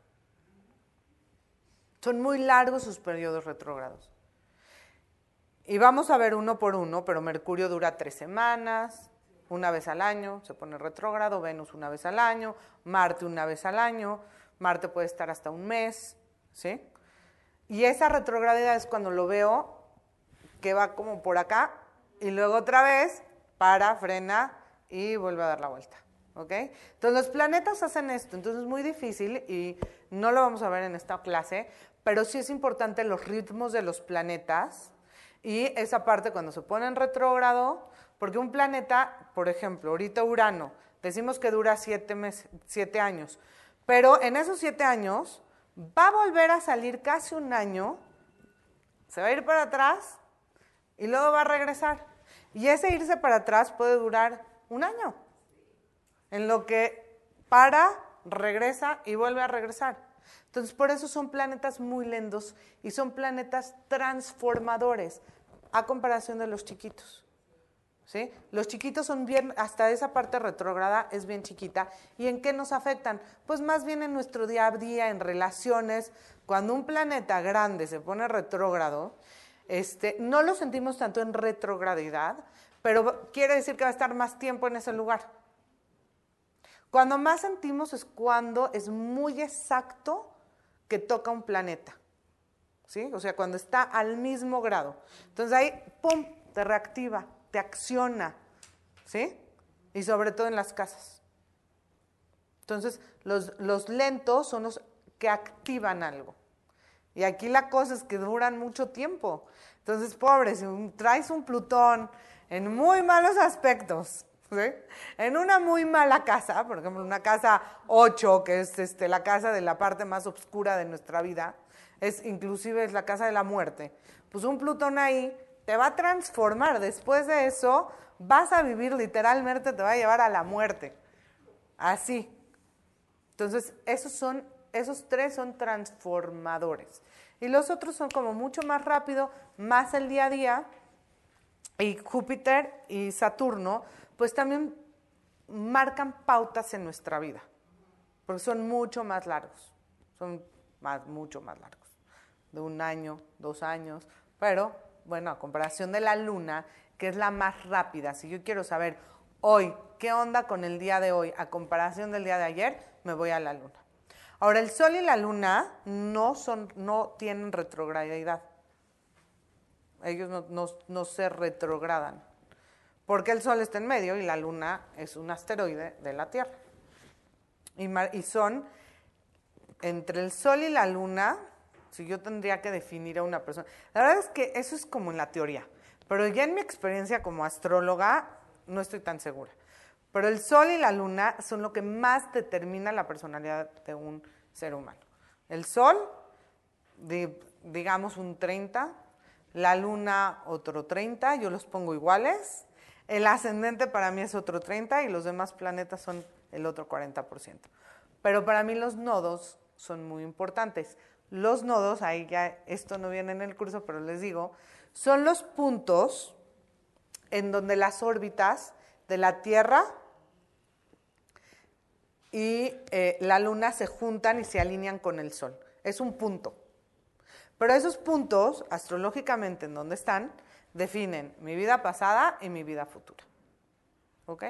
S1: Son muy largos sus periodos retrógrados. Y vamos a ver uno por uno, pero Mercurio dura 3 semanas, una vez al año, se pone retrógrado, Venus una vez al año, Marte una vez al año, Marte puede estar hasta un mes, ¿sí? Y esa retrogradidad es cuando lo veo que va como por acá y luego otra vez para, frena y vuelve a dar la vuelta, ¿ok? Entonces los planetas hacen esto, entonces es muy difícil y no lo vamos a ver en esta clase, pero sí es importante los ritmos de los planetas y esa parte cuando se pone en retrógrado, Porque un planeta, por ejemplo, ahorita Urano, decimos que dura 7 años, pero en esos 7 años va a volver a salir casi un año, se va a ir para atrás y luego va a regresar. Y ese irse para atrás puede durar un año, en lo que para, regresa y vuelve a regresar. Entonces, por eso son planetas muy lentos y son planetas transformadores, a comparación de los chiquitos. ¿Sí? Los chiquitos son bien, hasta esa parte retrógrada es bien chiquita. ¿Y en qué nos afectan? Pues más bien en nuestro día a día, en relaciones. Cuando un planeta grande se pone retrógrado, no lo sentimos tanto en retrogradidad, pero quiere decir que va a estar más tiempo en ese lugar. Cuando más sentimos es cuando es muy exacto que toca un planeta. ¿Sí? O sea, cuando está al mismo grado. Entonces ahí, ¡pum!, te reactiva, te acciona, ¿sí? Y sobre todo en las casas. Entonces, los lentos son los que activan algo. Y aquí la cosa es que duran mucho tiempo. Entonces, pobre, si traes un Plutón en muy malos aspectos, ¿sí? En una muy mala casa, por ejemplo, una casa 8, que es la casa de la parte más oscura de nuestra vida, inclusive es la casa de la muerte, pues un Plutón ahí te va a transformar. Después de eso vas a vivir literalmente, te va a llevar a la muerte. Así. Entonces, esos 3 son transformadores. Y los otros son como mucho más rápido, más el día a día. Y Júpiter y Saturno, pues también marcan pautas en nuestra vida. Porque son mucho más largos. Son mucho más largos. De 1 año, 2 años. Pero, bueno, a comparación de la Luna, que es la más rápida. Si yo quiero saber hoy, ¿qué onda con el día de hoy? A comparación del día de ayer, me voy a la Luna. Ahora, el Sol y la Luna no tienen retrogradidad. Ellos no se retrogradan. Porque el Sol está en medio y la Luna es un asteroide de la Tierra. Y son, entre el Sol y la Luna, si yo tendría que definir a una persona. La verdad es que eso es como en la teoría. Pero ya en mi experiencia como astróloga, no estoy tan segura. Pero el Sol y la Luna son lo que más determina la personalidad de un ser humano. El Sol, digamos un 30, la Luna otro 30, yo los pongo iguales. El ascendente para mí es otro 30 y los demás planetas son el otro 40%. Pero para mí los nodos son muy importantes. Los nodos, ahí ya esto no viene en el curso, pero les digo, son los puntos en donde las órbitas de la Tierra y la Luna se juntan y se alinean con el Sol. Es un punto. Pero esos puntos, astrológicamente, en donde están, definen mi vida pasada y mi vida futura. ¿Ok?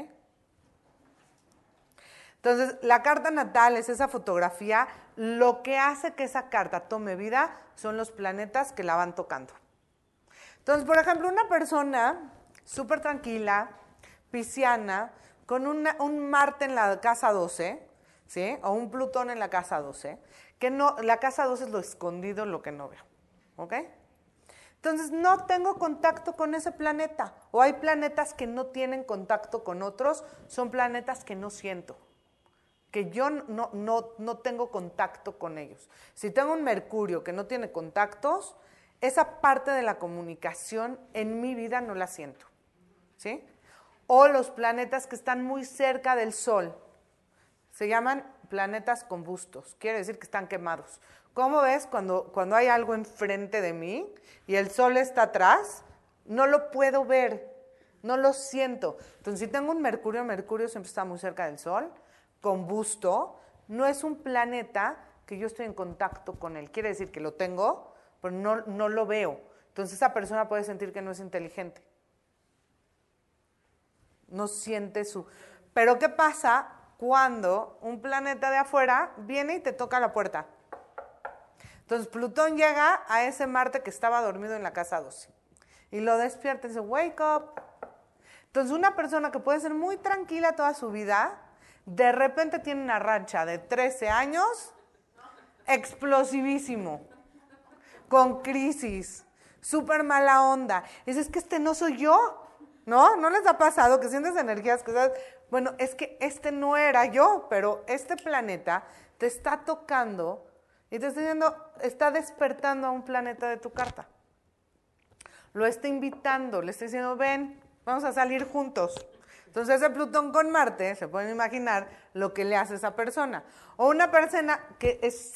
S1: Entonces, la carta natal es esa fotografía. Lo que hace que esa carta tome vida son los planetas que la van tocando. Entonces, por ejemplo, una persona súper tranquila, pisciana, con un Marte en la casa 12, ¿sí? O un Plutón en la casa 12, que no, la casa 12 es lo escondido, lo que no veo. ¿Ok? Entonces, no tengo contacto con ese planeta. O hay planetas que no tienen contacto con otros, son planetas que no siento. Que yo no tengo contacto con ellos. Si tengo un Mercurio que no tiene contactos, esa parte de la comunicación en mi vida no la siento. ¿Sí? O los planetas que están muy cerca del Sol. Se llaman planetas combustos. Quiere decir que están quemados. ¿Cómo ves cuando hay algo enfrente de mí y el Sol está atrás? No lo puedo ver, no lo siento. Entonces, si tengo un Mercurio siempre está muy cerca del Sol, combusto, no es un planeta que yo estoy en contacto con él. Quiere decir que lo tengo, pero no lo veo. Entonces, esa persona puede sentir que no es inteligente. No siente su... Pero, ¿qué pasa cuando un planeta de afuera viene y te toca la puerta? Entonces, Plutón llega a ese Marte que estaba dormido en la casa 12 y lo despierta y dice, wake up. Entonces, una persona que puede ser muy tranquila toda su vida, de repente tiene una racha de 13 años, explosivísimo, con crisis, súper mala onda. Dice, es que no soy yo, ¿No? ¿No les ha pasado que sientes energías que sabes, bueno, es que este no era yo, pero este planeta te está tocando y te está diciendo, está despertando a un planeta de tu carta. Lo está invitando, le está diciendo, ven, vamos a salir juntos. Entonces ese Plutón con Marte, se pueden imaginar lo que le hace a esa persona. O una persona que es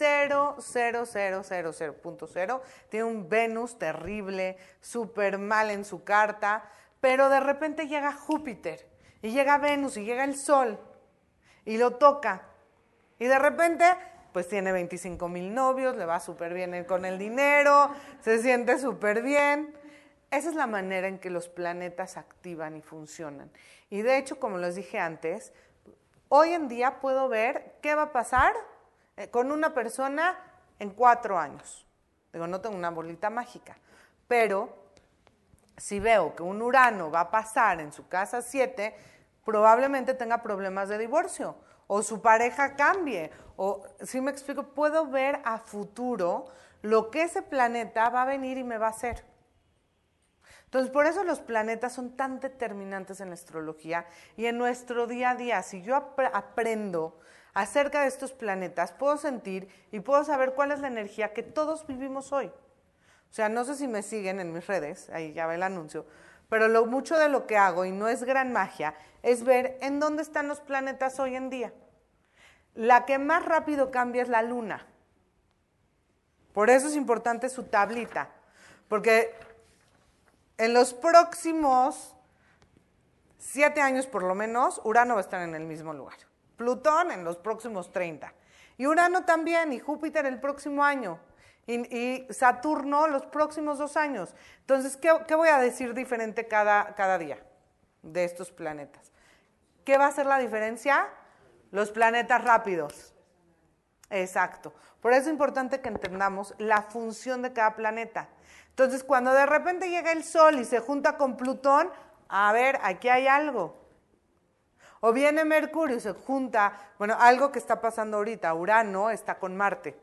S1: 0,000,0, tiene un Venus terrible, súper mal en su carta, pero de repente llega Júpiter, y llega Venus, y llega el Sol, y lo toca. Y de repente, pues tiene 25,000 novios, le va súper bien con el dinero, se siente súper bien. Esa es la manera en que los planetas activan y funcionan. Y de hecho, como les dije antes, hoy en día puedo ver qué va a pasar con una persona en 4 años. Digo, no tengo una bolita mágica, pero si veo que un Urano va a pasar en su casa 7, probablemente tenga problemas de divorcio, o su pareja cambie, o, si me explico, puedo ver a futuro lo que ese planeta va a venir y me va a hacer. Entonces, por eso los planetas son tan determinantes en la astrología y en nuestro día a día. Si yo aprendo acerca de estos planetas, puedo sentir y puedo saber cuál es la energía que todos vivimos hoy. O sea, no sé si me siguen en mis redes, ahí ya va el anuncio, pero mucho de lo que hago, y no es gran magia, es ver en dónde están los planetas hoy en día. La que más rápido cambia es la Luna. Por eso es importante su tablita, porque en los próximos 7 años por lo menos, Urano va a estar en el mismo lugar. Plutón en los próximos 30. Y Urano también, y Júpiter el próximo año. Y Saturno los próximos 2 años. Entonces, ¿qué voy a decir diferente cada día de estos planetas? ¿Qué va a hacer la diferencia? Los planetas rápidos. Exacto. Por eso es importante que entendamos la función de cada planeta. Entonces, cuando de repente llega el Sol y se junta con Plutón, a ver, aquí hay algo. O viene Mercurio y se junta, bueno, algo que está pasando ahorita, Urano está con Marte.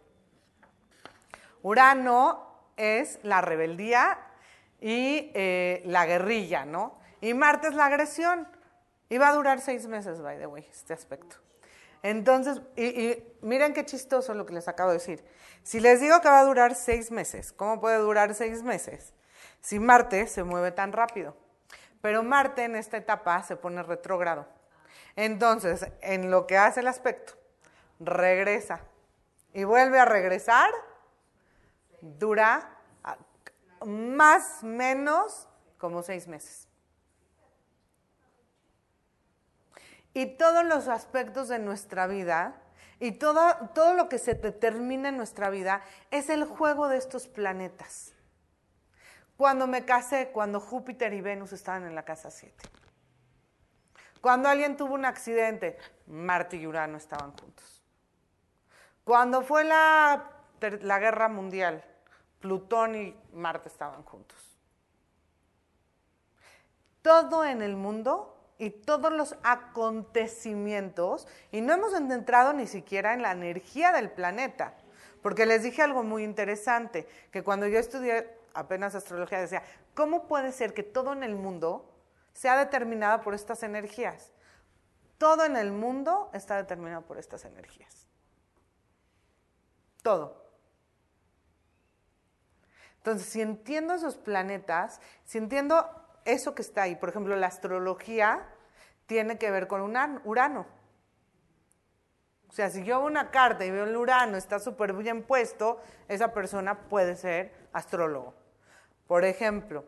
S1: Urano es la rebeldía y la guerrilla, ¿no? Y Marte es la agresión. Y va a durar 6 meses, by the way, este aspecto. Entonces, y miren qué chistoso lo que les acabo de decir. Si les digo que va a durar 6 meses, ¿cómo puede durar 6 meses? Si Marte se mueve tan rápido. Pero Marte en esta etapa se pone retrógrado. Entonces, en lo que hace el aspecto, regresa. Y vuelve a regresar, dura más o menos como 6 meses. Y todos los aspectos de nuestra vida y todo lo que se determina en nuestra vida es el juego de estos planetas. Cuando me casé, cuando Júpiter y Venus estaban en la casa 7. Cuando alguien tuvo un accidente, Marte y Urano estaban juntos. Cuando fue la guerra mundial, Plutón y Marte estaban juntos. Todo en el mundo y todos los acontecimientos, y no hemos entrado ni siquiera en la energía del planeta, porque les dije algo muy interesante, que cuando yo estudié apenas astrología decía, ¿cómo puede ser que todo en el mundo sea determinado por estas energías? Todo en el mundo está determinado por estas energías. Todo. Entonces, si entiendo esos planetas, si entiendo eso que está ahí, por ejemplo, la astrología tiene que ver con Urano. O sea, si yo hago una carta y veo el Urano, está súper bien puesto, esa persona puede ser astrólogo. Por ejemplo,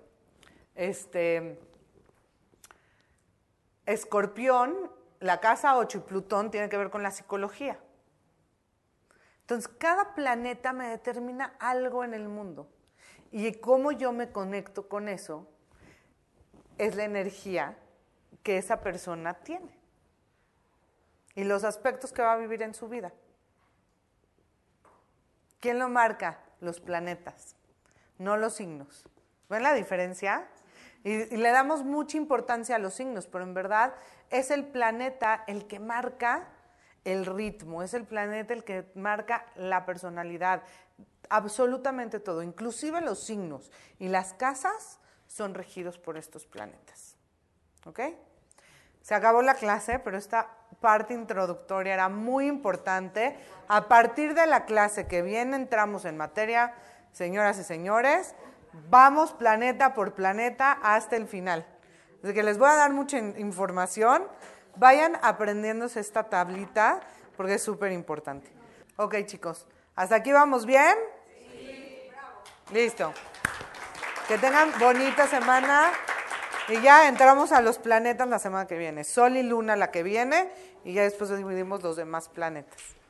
S1: Escorpión, la casa 8 y Plutón tienen que ver con la psicología. Entonces, cada planeta me determina algo en el mundo. Y cómo yo me conecto con eso es la energía que esa persona tiene. Y los aspectos que va a vivir en su vida. ¿Quién lo marca? Los planetas, no los signos. ¿Ven la diferencia? Y le damos mucha importancia a los signos, pero en verdad es el planeta el que marca el ritmo, es el planeta el que marca la personalidad, absolutamente todo, inclusive los signos y las casas son regidos por estos planetas. ¿Ok? Se acabó la clase, pero esta parte introductoria era muy importante. A partir de la clase que viene entramos en materia, señoras y señores. Vamos planeta por planeta hasta el final. Así que les voy a dar mucha información. Vayan aprendiéndose esta tablita porque es súper importante. Ok, chicos. ¿Hasta aquí vamos bien? Sí, bravo. Listo. Que tengan bonita semana. Y ya entramos a los planetas la semana que viene. Sol y Luna la que viene. Y ya después dividimos los demás planetas.